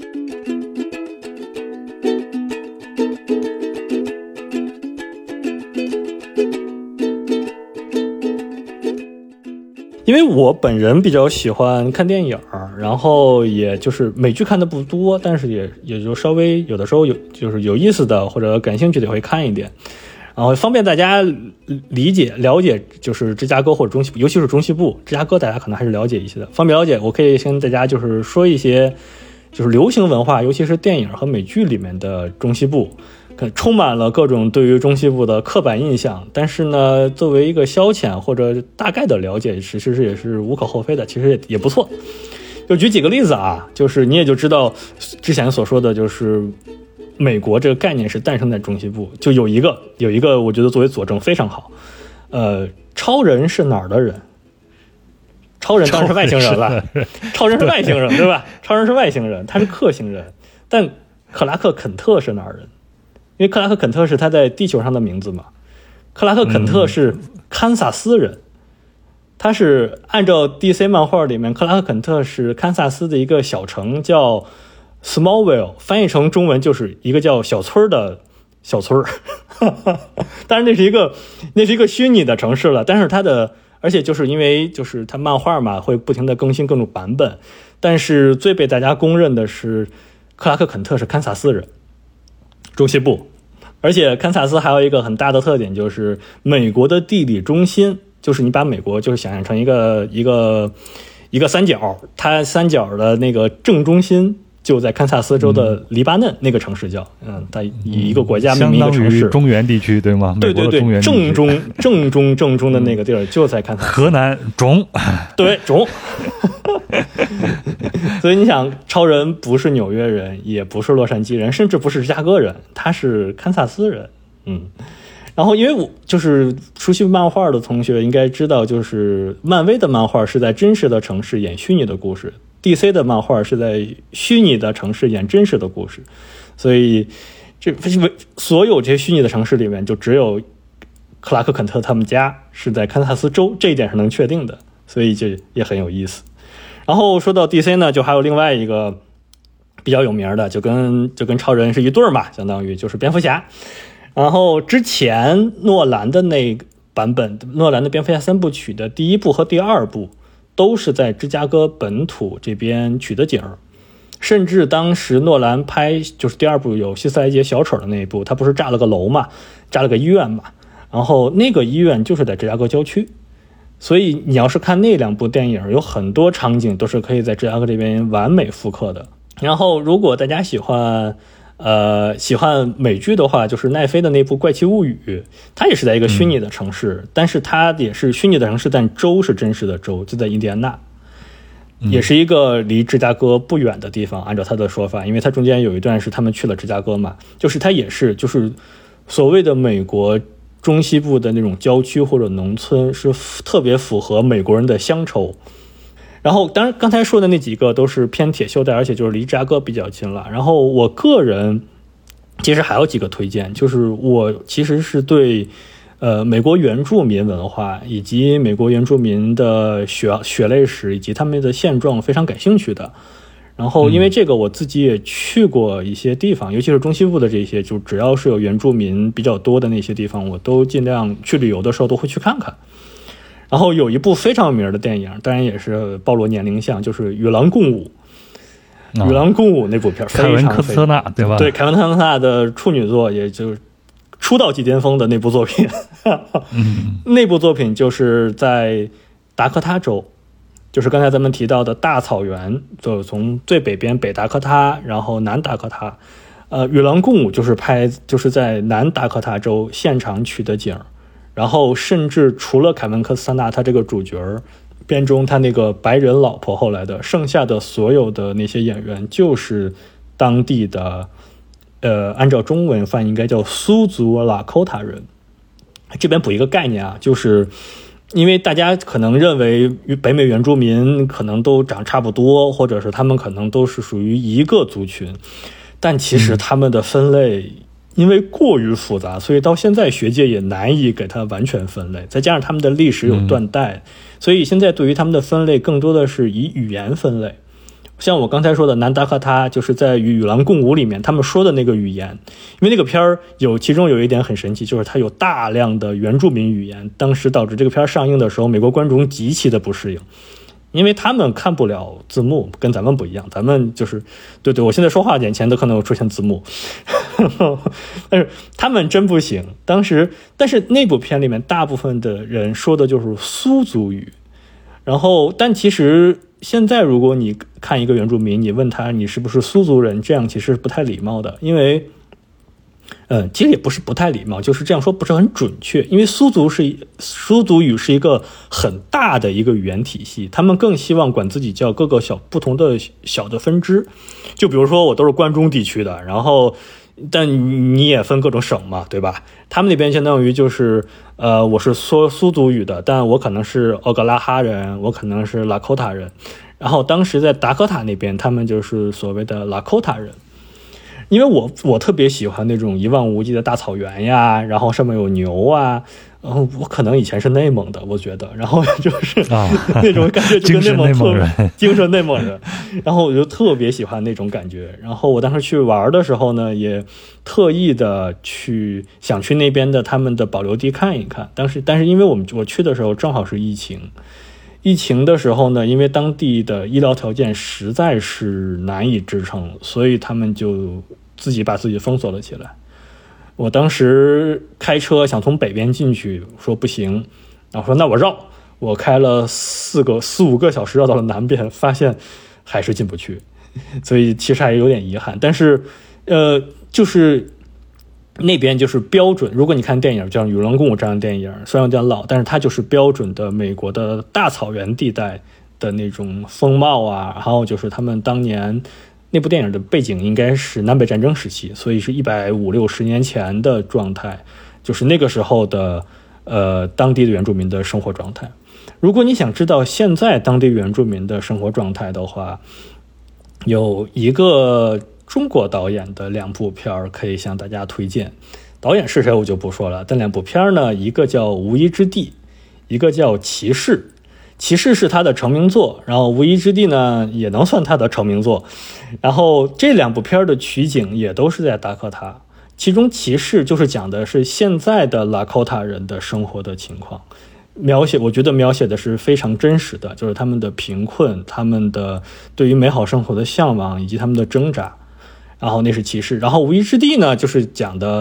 因为我本人比较喜欢看电影，然后也就是美剧看的不多，但是也就稍微有的时候就是有意思的或者感兴趣的会看一点，然后方便大家了解，就是芝加哥或者中西部，尤其是中西部，芝加哥大家可能还是了解一些的。方便了解，我可以跟大家就是说一些就是流行文化，尤其是电影和美剧里面的中西部。充满了各种对于中西部的刻板印象，但是呢，作为一个消遣或者大概的了解，其实也是无可厚非的，其实也不错。就举几个例子啊，就是你也就知道之前所说的，就是美国这个概念是诞生在中西部。就有一个，我觉得作为佐证非常好。超人是哪儿的人？超人当然是外星人了，超人是外星人，对吧？超人是外星人，他是克星人。但克拉克·肯特是哪儿人？因为克拉克·肯特是他在地球上的名字嘛。克拉克·肯特是堪萨斯人，他是按照 DC 漫画里面，克拉克·肯特是堪萨斯的一个小城叫 Smallville， 翻译成中文就是一个叫小村的小村当然那是一个虚拟的城市了，但是而且就是因为就是他漫画嘛，会不停的更新各种版本，但是最被大家公认的是克拉克·肯特是堪萨斯人，中西部。而且堪萨斯还有一个很大的特点，就是美国的地理中心，就是你把美国就是想象成一个三角，它三角的那个正中心就在堪萨斯州的黎巴嫩那个城市叫，它以一个国家命名一个城市， 相当于中原地区对吗？ 对对对，正中的那个地儿就在堪萨斯。 河南中， 对中。所以你想，超人不是纽约人，也不是洛杉矶人，甚至不是芝加哥人，他是堪萨斯人。然后因为我就是熟悉漫画的同学应该知道，就是漫威的漫画是在真实的城市演虚拟的故事， DC 的漫画是在虚拟的城市演真实的故事，所以所有这些虚拟的城市里面，就只有克拉克·肯特他们家是在堪萨斯州，这一点是能确定的，所以这也很有意思。然后说到 DC 呢，就还有另外一个比较有名的，就跟超人是一对嘛，相当于就是蝙蝠侠。然后之前诺兰的那个版本，诺兰的蝙蝠侠3部曲的第1部和第2部都是在芝加哥本土这边取的景，甚至当时诺兰拍就是第2部有希斯莱杰小丑的那一部，他不是炸了个楼嘛，炸了个医院嘛，然后那个医院就是在芝加哥郊区， 所以你要是看那2部电影，有很多场景都是可以在芝加哥这边完美复刻的。然后如果大家喜欢美剧的话，就是奈飞的那部《怪奇物语》，它也是在一个虚拟的城市，但是它也是虚拟的城市，但州是真实的州，就在印第安纳，也是一个离芝加哥不远的地方。按照他的说法，因为他中间有一段是他们去了芝加哥嘛，就是它也是就是所谓的美国中西部的那种郊区或者农村，是特别符合美国人的乡愁。然后当然刚才说的那几个都是偏铁锈带，而且就是离芝加哥比较近了。然后我个人其实还有几个推荐，就是我其实是对美国原住民文化以及美国原住民的血泪史以及他们的现状非常感兴趣的。然后因为这个我自己也去过一些地方，尤其是中西部的这些，就只要是有原住民比较多的那些地方，我都尽量去旅游的时候都会去看看。然后有一部非常有名的电影，当然也是暴露年龄向，就是《与狼共舞》。与狼共舞那部片非常凯文科斯纳对吧？ 对，凯文科斯纳的处女作，也就是出道即巅峰的那部作品。那部作品就是在达科他州，就是刚才咱们提到的大草原，就从最北边北达科他，然后南达科他。与狼共舞就是在南达科他州现场取的景，然后甚至除了凯文科斯纳他这个主角片中他那个白人老婆后来的，剩下的所有的那些演员就是当地的按照中文翻译应该叫苏族拉科塔人。这边补一个概念啊，就是因为大家可能认为北美原住民可能都长差不多，或者是他们可能都是属于一个族群，但其实他们的分类因为过于复杂，所以到现在学界也难以给它完全分类，再加上他们的历史有断代，所以现在对于他们的分类更多的是以语言分类。像我刚才说的南达科他，就是在与狼共舞里面他们说的那个语言，因为那个片儿其中有一点很神奇，就是它有大量的原住民语言，当时导致这个片上映的时候美国观众极其的不适应，因为他们看不了字幕，跟咱们不一样，咱们就是对，我现在说话眼前都可能有出现字幕但是他们真不行。但是那部片里面大部分的人说的就是苏族语，然后但其实现在如果你看一个原住民，你问他你是不是苏族人，这样其实不太礼貌的，因为其实也不是不太礼貌，就是这样说不是很准确，因为苏族语是一个很大的一个语言体系，他们更希望管自己叫各个不同的小的分支。就比如说我都是关中地区的，然后但你也分各种省嘛，对吧？他们那边相当于就是我是说苏族语的，但我可能是奥格拉哈人，我可能是拉科塔人，然后当时在达科塔那边他们就是所谓的拉科塔人。因为我特别喜欢那种一望无际的大草原呀，然后上面有牛啊，然后我可能以前是内蒙的，我觉得，然后就是那种感觉就跟内蒙精神内蒙人，然后我就特别喜欢那种感觉。然后我当时去玩的时候呢，也特意的想去那边的他们的保留地看一看。但是因为我去的时候正好是疫情的时候呢，因为当地的医疗条件实在是难以支撑，所以他们就自己把自己封锁了起来。我当时开车想从北边进去，说不行，然后说那我绕，我开了4-5个小时绕到了南边，发现还是进不去，所以其实还有点遗憾。但是就是那边就是标准，如果你看电影像《与狼共舞》这样的电影，虽然有点老，但是它就是标准的美国的大草原地带的那种风貌啊。然后就是他们当年那部电影的背景应该是南北战争时期，所以是150-160年前的状态，就是那个时候的当地的原住民的生活状态。如果你想知道现在当地原住民的生活状态的话，有一个中国导演的2部片可以向大家推荐，导演是谁我就不说了，但2部片呢，一个叫《无依之地》，一个叫《骑士》。骑士是他的成名作，然后无依之地呢也能算他的成名作。然后这2部片的取景也都是在达科他，其中骑士就是讲的是现在的拉科塔人的生活的情况，我觉得描写的是非常真实的，就是他们的贫困，他们的对于美好生活的向往，以及他们的挣扎。然后那是骑士。然后无依之地呢，就是讲的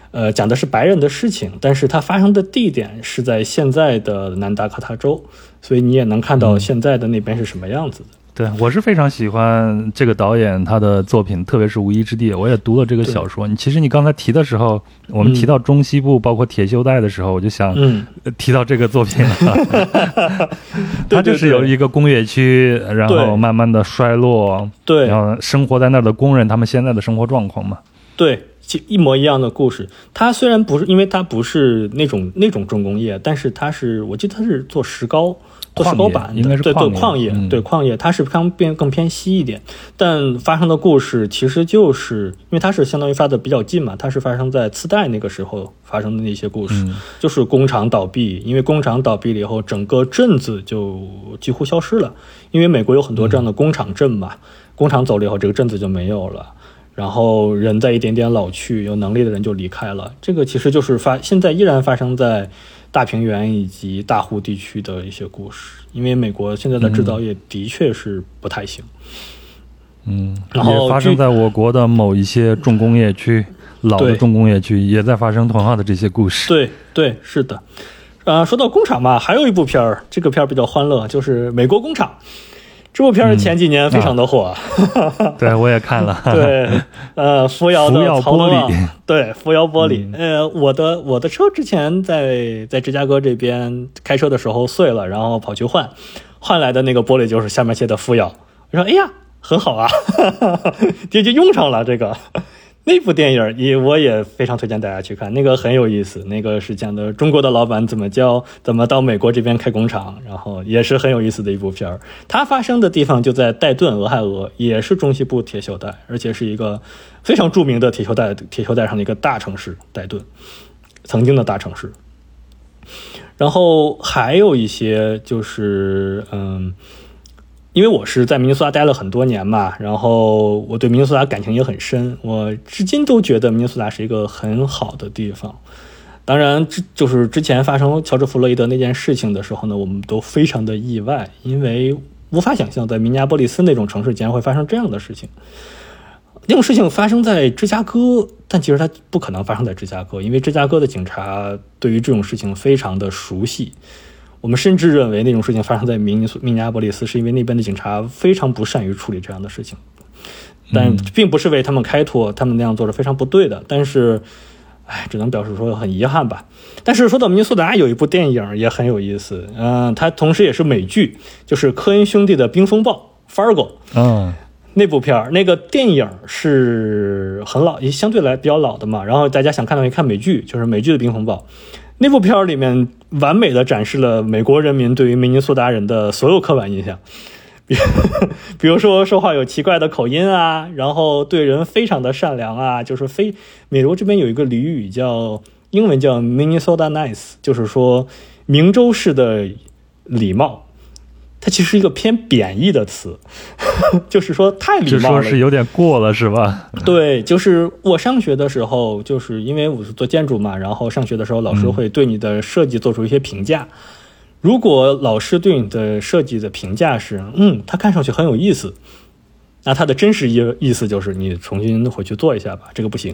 讲的是白人的事情，但是它发生的地点是在现在的南达科他州，所以你也能看到现在的那边是什么样子的。 对，我是非常喜欢这个导演他的作品，特别是《无依之地》，我也读了这个小说。其实你刚才提的时候，我们提到中西部包括铁锈带的时候，我就想提到这个作品了。它就是有一个工业区，然后慢慢的衰落， 对， 然后生活在那儿的工人他们现在的生活状况嘛。 对，一模一样的故事。它虽然不是，因为它不是那种重工业，但是它是，我记得它是做石膏。做石膏板的， 应该是矿业，对矿业，它是更偏西一点，但发生的故事其实就是因为它是相当于发的比较近嘛，它是发生在次贷那个时候发生的那些故事，就是工厂倒闭，因为工厂倒闭了以后，整个镇子就几乎消失了，因为美国有很多这样的工厂镇嘛，工厂走了以后，这个镇子就没有了。然后人在一点点老去，有能力的人就离开了。这个其实就是现在依然发生在大平原以及大湖地区的一些故事，因为美国现在的制造业的确是不太行。然后也发生在我国的某一些重工业区，老的重工业区也在发生同样的这些故事。 对，是的。说到工厂嘛，还有一部片儿，这个片儿比较欢乐，就是《美国工厂》。这部片儿前几年非常的火， 对，我也看了。 对，扶摇的曹玻璃， 对，扶摇玻璃。我的车之前在芝加哥这边开车的时候碎了，然后跑去换来的那个玻璃就是下面写的扶摇。我说，哎呀，很好啊，就用上了这个。那部电影我也非常推荐大家去看，那个很有意思，那个是讲的中国的老板怎么到美国这边开工厂，然后也是很有意思的一部片儿。它发生的地方就在戴顿，俄亥俄，也是中西部铁锈带，而且是一个非常著名的铁锈带上的一个大城市，戴顿，曾经的大城市。然后还有一些就是因为我是在明尼苏达待了很多年嘛，然后我对明尼苏达感情也很深，我至今都觉得明尼苏达是一个很好的地方。当然就是之前发生乔治弗洛伊德那件事情的时候呢，我们都非常的意外，因为无法想象在明尼阿波利斯那种城市竟然会发生这样的事情。那种事情发生在芝加哥，但其实它不可能发生在芝加哥，因为芝加哥的警察对于这种事情非常的熟悉。我们甚至认为那种事情发生在明尼阿波利斯是因为那边的警察非常不善于处理这样的事情，但并不是为他们开脱，他们那样做是非常不对的，但是只能表示说很遗憾吧。但是说到明尼苏达，有一部电影也很有意思，它同时也是美剧，就是科恩兄弟的《冰风暴》 Fargo。那部片儿，那个电影是很老，也相对来比较老的嘛，然后大家想看到一看美剧，就是美剧的《冰风暴》。那部片儿里面完美的展示了美国人民对于明尼苏达人的所有刻板印象，比如说说话有奇怪的口音啊，然后对人非常的善良啊，就是美国这边有一个俚语英文叫 Minnesota Nice， 就是说明州式的礼貌。它其实是一个偏贬义的词，就是说太礼貌了，就说是有点过了是吧？ 对，就是我上学的时候，就是因为我是做建筑嘛，然后上学的时候老师会对你的设计做出一些评价。如果老师对你的设计的评价是它看上去很有意思，那它的真实意思就是你重新回去做一下吧，这个不行。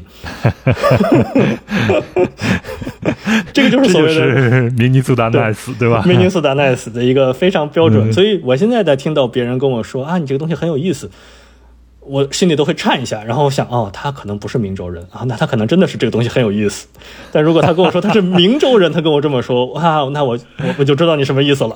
这个就是所谓的明尼苏达 nice， 对吧？ 明尼苏达 nice 的一个非常标准。所以我现在在听到别人跟我说你这个东西很有意思，我心里都会颤一下，然后我想他可能不是明州人那他可能真的是这个东西很有意思。但如果他跟我说他是明州人，他跟我这么说那我就知道你什么意思了。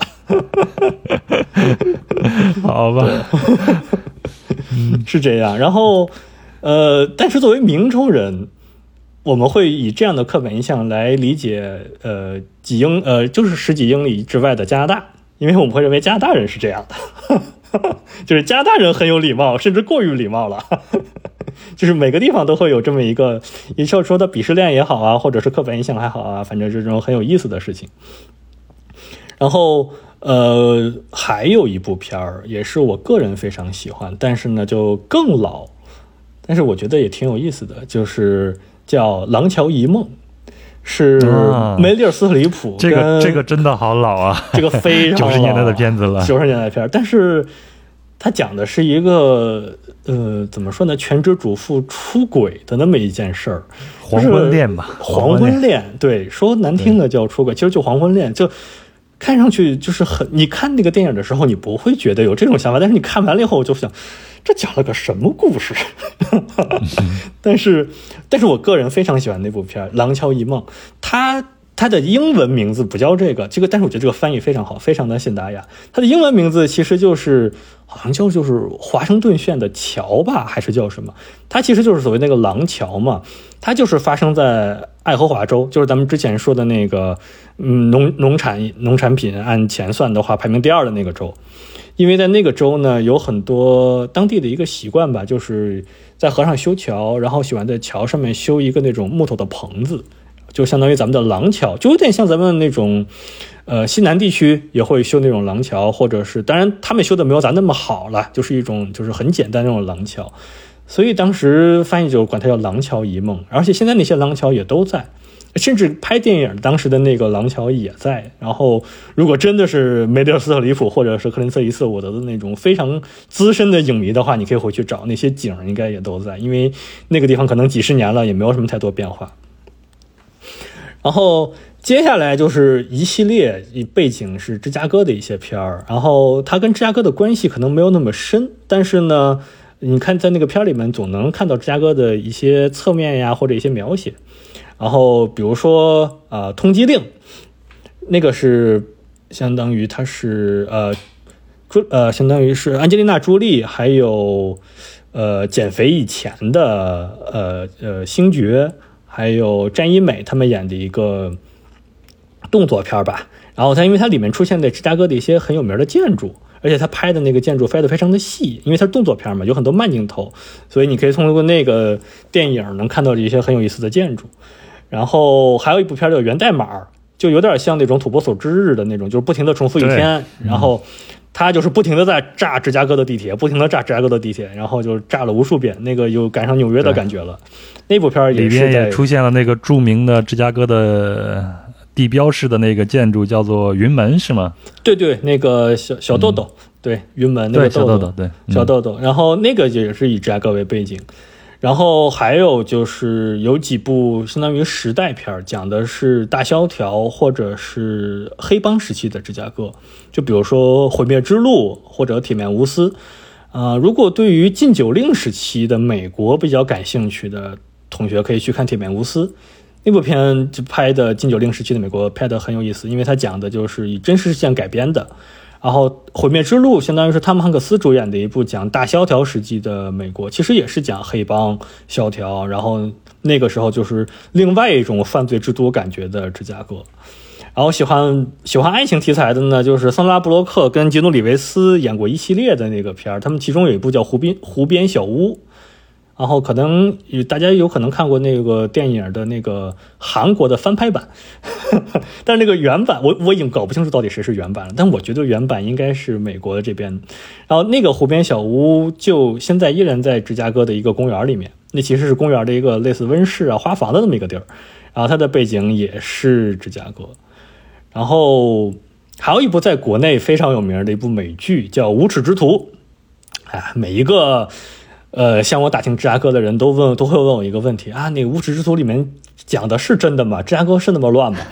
好吧。 是这样。然后但是作为明州人，我们会以这样的刻板印象来理解就是十几英里之外的加拿大，因为我们会认为加拿大人是这样的，就是加拿大人很有礼貌，甚至过于礼貌了。就是每个地方都会有这么一个，也就是说的鄙视链也好啊，或者是刻板印象还好啊，反正这种很有意思的事情。然后还有一部片儿也是我个人非常喜欢，但是呢就更老，但是我觉得也挺有意思的，就是叫《廊桥遗梦》，是梅丽尔·斯特里普。 这个真的好老啊， 这个非常老，90 年代的片子了 ，90年代片。但是他讲的是一个怎么说呢，全职主妇出轨的那么一件事儿， 黄昏恋吧， 黄昏恋，对，说难听的叫出轨，其实就黄昏恋，就看上去就是很，你看那个电影的时候，你不会觉得有这种想法，但是你看完了以后，我就想，这讲了个什么故事？但是我个人非常喜欢那部片《廊桥遗梦》，它的英文名字不叫这个，但是我觉得这个翻译非常好，非常的信达雅。它的英文名字其实就是好像就是华盛顿县的桥吧，还是叫什么？它其实就是所谓那个廊桥嘛，它就是发生在爱荷华州，就是咱们之前说的那个农产品按钱算的话排名第2的那个州。因为在那个州呢，有很多当地的一个习惯吧，就是在河上修桥，然后喜欢在桥上面修一个那种木头的棚子，就相当于咱们的廊桥，就有点像咱们那种西南地区也会修那种廊桥，或者是当然他们修的没有咱那么好了，就是一种就是很简单那种廊桥，所以当时翻译就管它叫廊桥遗梦。而且现在那些廊桥也都在，甚至拍电影当时的那个廊桥也在。然后如果真的是梅德尔斯特里普或者是克林特伊斯伍德的那种非常资深的影迷的话，你可以回去找那些景，应该也都在，因为那个地方可能几十年了也没有什么太多变化。然后接下来就是一系列背景是芝加哥的一些片儿，然后它跟芝加哥的关系可能没有那么深，但是呢你看在那个片里面总能看到芝加哥的一些侧面呀或者一些描写。然后比如说通缉令，那个是相当于它是相当于是安吉丽娜朱莉还有减肥以前的星爵还有詹一美他们演的一个动作片吧。然后因为它里面出现的芝加哥的一些很有名的建筑，而且他拍的那个建筑拍得非常的细，因为它是动作片嘛，有很多慢镜头，所以你可以通过那个电影能看到一些很有意思的建筑。然后还有一部片叫源代码，就有点像那种土拨鼠之日的那种，就是不停的重复一天，然后他就是不停的在炸芝加哥的地铁，不停的炸芝加哥的地铁，然后就炸了无数遍，那个有赶上纽约的感觉了。那部片也是里边也出现了那个著名的芝加哥的地标式的那个建筑，叫做云门是吗？ 对对，那个小豆豆，对，云门那个小豆豆，对， 小豆豆。然后那个也是以芝加哥为背景。然后还有就是有几部相当于时代片，讲的是大萧条或者是黑帮时期的芝加哥，就比如说毁灭之路或者铁面无私。如果对于禁酒令时期的美国比较感兴趣的同学可以去看铁面无私，那部片就拍的禁酒令时期的美国拍的很有意思，因为它讲的就是以真实事件改编的。然后毁灭之路相当于是汤姆汉克斯主演的一部讲大萧条时期的美国，其实也是讲黑帮萧条，然后那个时候就是另外一种犯罪之都感觉的芝加哥。然后喜欢爱情题材的呢，就是桑德拉布洛克跟杰努里维斯演过一系列的那个片儿，他们其中有一部叫湖边小屋，然后可能大家有可能看过那个电影的那个韩国的翻拍版但是那个原版我已经搞不清楚到底谁是原版了，但我觉得原版应该是美国的这边。然后那个湖边小屋就现在依然在芝加哥的一个公园里面，那其实是公园的一个类似温室啊花房的那么一个地儿，然后它的背景也是芝加哥。然后还有一部在国内非常有名的一部美剧叫无耻之徒。每一个向我打听芝加哥的人都会问我一个问题啊，那个无耻之徒里面讲的是真的吗？芝加哥是那么乱吗？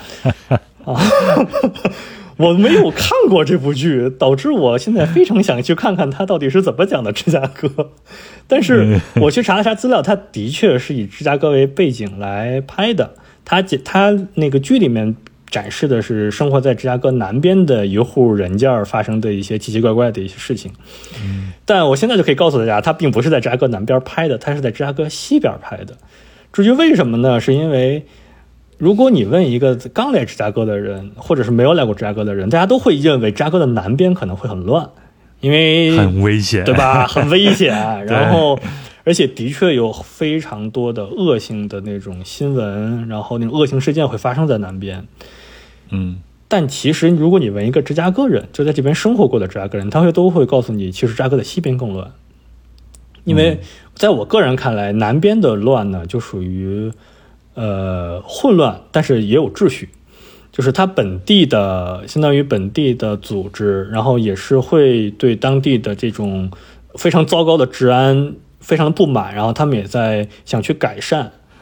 我没有看过这部剧，导致我现在非常想去看看它到底是怎么讲的芝加哥。但是我去查了查资料，它的确是以芝加哥为背景来拍的。它那个剧里面展示的是生活在芝加哥南边的一户人家发生的一些奇奇怪怪的一些事情。但我现在就可以告诉大家，它并不是在芝加哥南边拍的，它是在芝加哥西边拍的。至于为什么呢？是因为如果你问一个刚来芝加哥的人，或者是没有来过芝加哥的人，大家都会认为芝加哥的南边可能会很乱，因为很危险， 对吧？很危险。然后而且的确有非常多的恶性的那种新闻，然后那种恶性事件会发生在南边。但其实如果你问一个芝加哥人，就在这边生活过的芝加哥人，他都会告诉你，其实芝加哥的西边更乱。因为在我个人看来，南边的乱呢就属于混乱，但是也有秩序，就是它本地的相当于本地的组织，然后也是会对当地的这种非常糟糕的治安非常的不满，然后他们也在想去改善。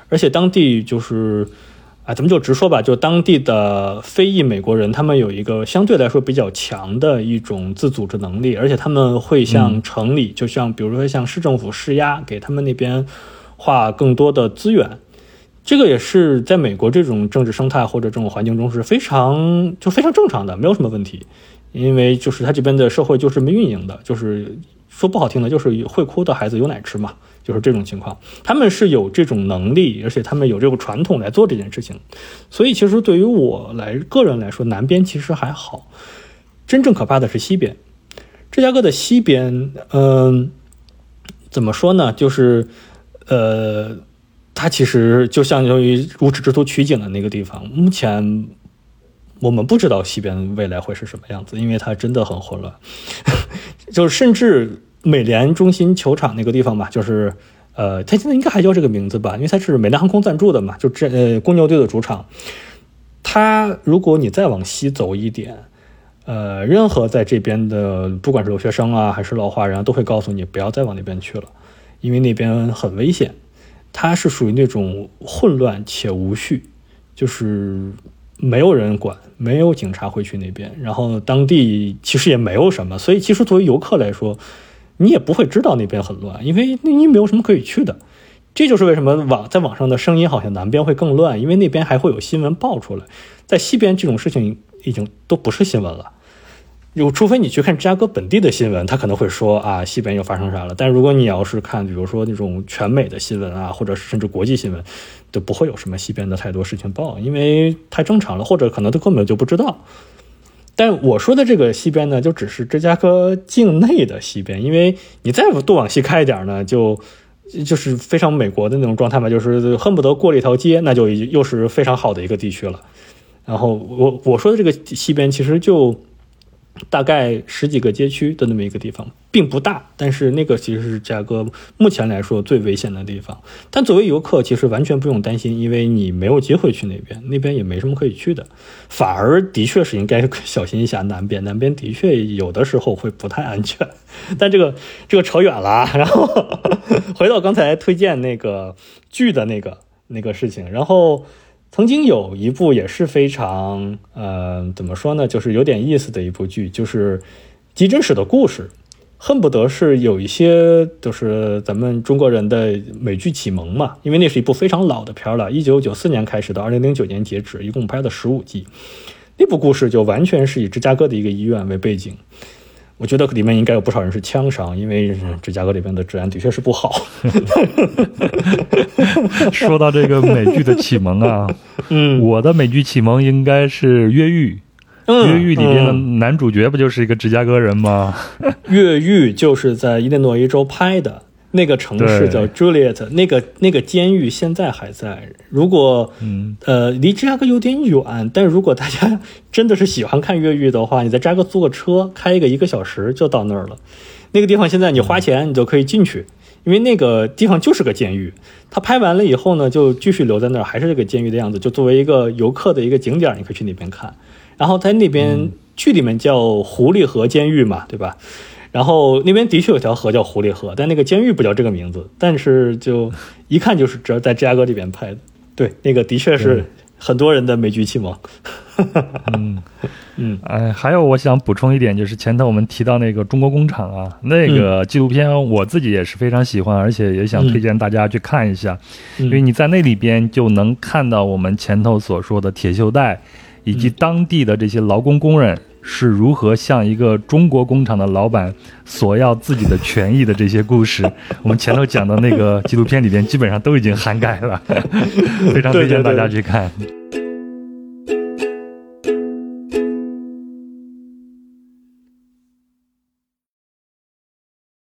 而且当地就是咱们就直说吧，就当地的非裔美国人，他们有一个相对来说比较强的一种自组织能力，而且他们会向城里，就像比如说向市政府施压，给他们那边划更多的资源。这个也是在美国这种政治生态或者这种环境中是非常正常的，没有什么问题。因为就是他这边的社会就这么运营的，就是说不好听的，就是会哭的孩子有奶吃嘛，就是这种情况。他们是有这种能力，而且他们有这个传统来做这件事情。所以其实对于我个人来说，南边其实还好，真正可怕的是西边。芝加哥的西边，怎么说呢？就是它其实就相当于无耻之徒取景的那个地方。目前我们不知道西边未来会是什么样子，因为它真的很混乱。就甚至美联中心球场那个地方吧，就是它现在应该还叫这个名字吧，因为它是美联航空赞助的嘛，就公牛队的主场。它如果你再往西走一点，任何在这边的不管是留学生啊还是老华人都会告诉你不要再往那边去了，因为那边很危险。它是属于那种混乱且无序，就是没有人管，没有警察会去那边，然后当地其实也没有什么，所以其实作为游客来说，你也不会知道那边很乱，因为你没有什么可以去的。这就是为什么在网上的声音好像南边会更乱，因为那边还会有新闻爆出来。在西边这种事情已经都不是新闻了，除非你去看芝加哥本地的新闻，他可能会说啊西边又发生啥了。但如果你要是看比如说那种全美的新闻啊，或者甚至国际新闻，都不会有什么西边的太多事情报，因为太正常了，或者可能他根本就不知道。但我说的这个西边呢，就只是芝加哥境内的西边，因为你再多往西开一点呢，就是非常美国的那种状态嘛，就是恨不得过了一条街，那就又是非常好的一个地区了。然后我说的这个西边其实就大概10几个街区的那么一个地方，并不大，但是那个其实是芝加哥目前来说最危险的地方。但作为游客其实完全不用担心，因为你没有机会去那边也没什么可以去的，反而的确是应该小心一下南边的确有的时候会不太安全。但这个扯远了，然后回到刚才推荐那个剧的那个事情，然后曾经有一部也是非常怎么说呢，就是有点意思的一部剧，就是极真实的故事，恨不得是有一些就是咱们中国人的美剧启蒙嘛，因为那是一部非常老的片了，1994年开始到2009年截止，一共拍了15季。那部故事就完全是以芝加哥的一个医院为背景，我觉得里面应该有不少人是枪伤，因为芝加哥里边的治安的确是不好。 说到这个美剧的启蒙啊，我的美剧启蒙应该是越狱。越狱里边的男主角不就是一个芝加哥人吗？ 越狱就是在伊利诺伊州拍的，那个城市叫 Juliet， 那个监狱现在还在。如果离芝加哥有点远，但如果大家真的是喜欢看越狱的话，你在芝加哥租个车开1个小时就到那儿了。那个地方现在你花钱你就可以进去，因为那个地方就是个监狱。他拍完了以后呢，就继续留在那儿，还是这个监狱的样子，就作为一个游客的一个景点，你可以去那边看。然后在那边剧里面叫狐狸河监狱嘛，对吧？然后那边的确有条河叫狐狸河，但那个监狱不叫这个名字，但是就一看就是在芝加哥这边拍的。对，那个的确是很多人的美剧启蒙。 还有我想补充一点，就是前头我们提到那个中国工厂啊，那个纪录片我自己也是非常喜欢，而且也想推荐大家去看一下，因为你在那里边就能看到我们前头所说的铁锈带以及当地的这些劳工工人是如何向一个中国工厂的老板索要自己的权益的这些故事，我们前头讲的那个纪录片里边基本上都已经涵盖了。非常推荐大家去看。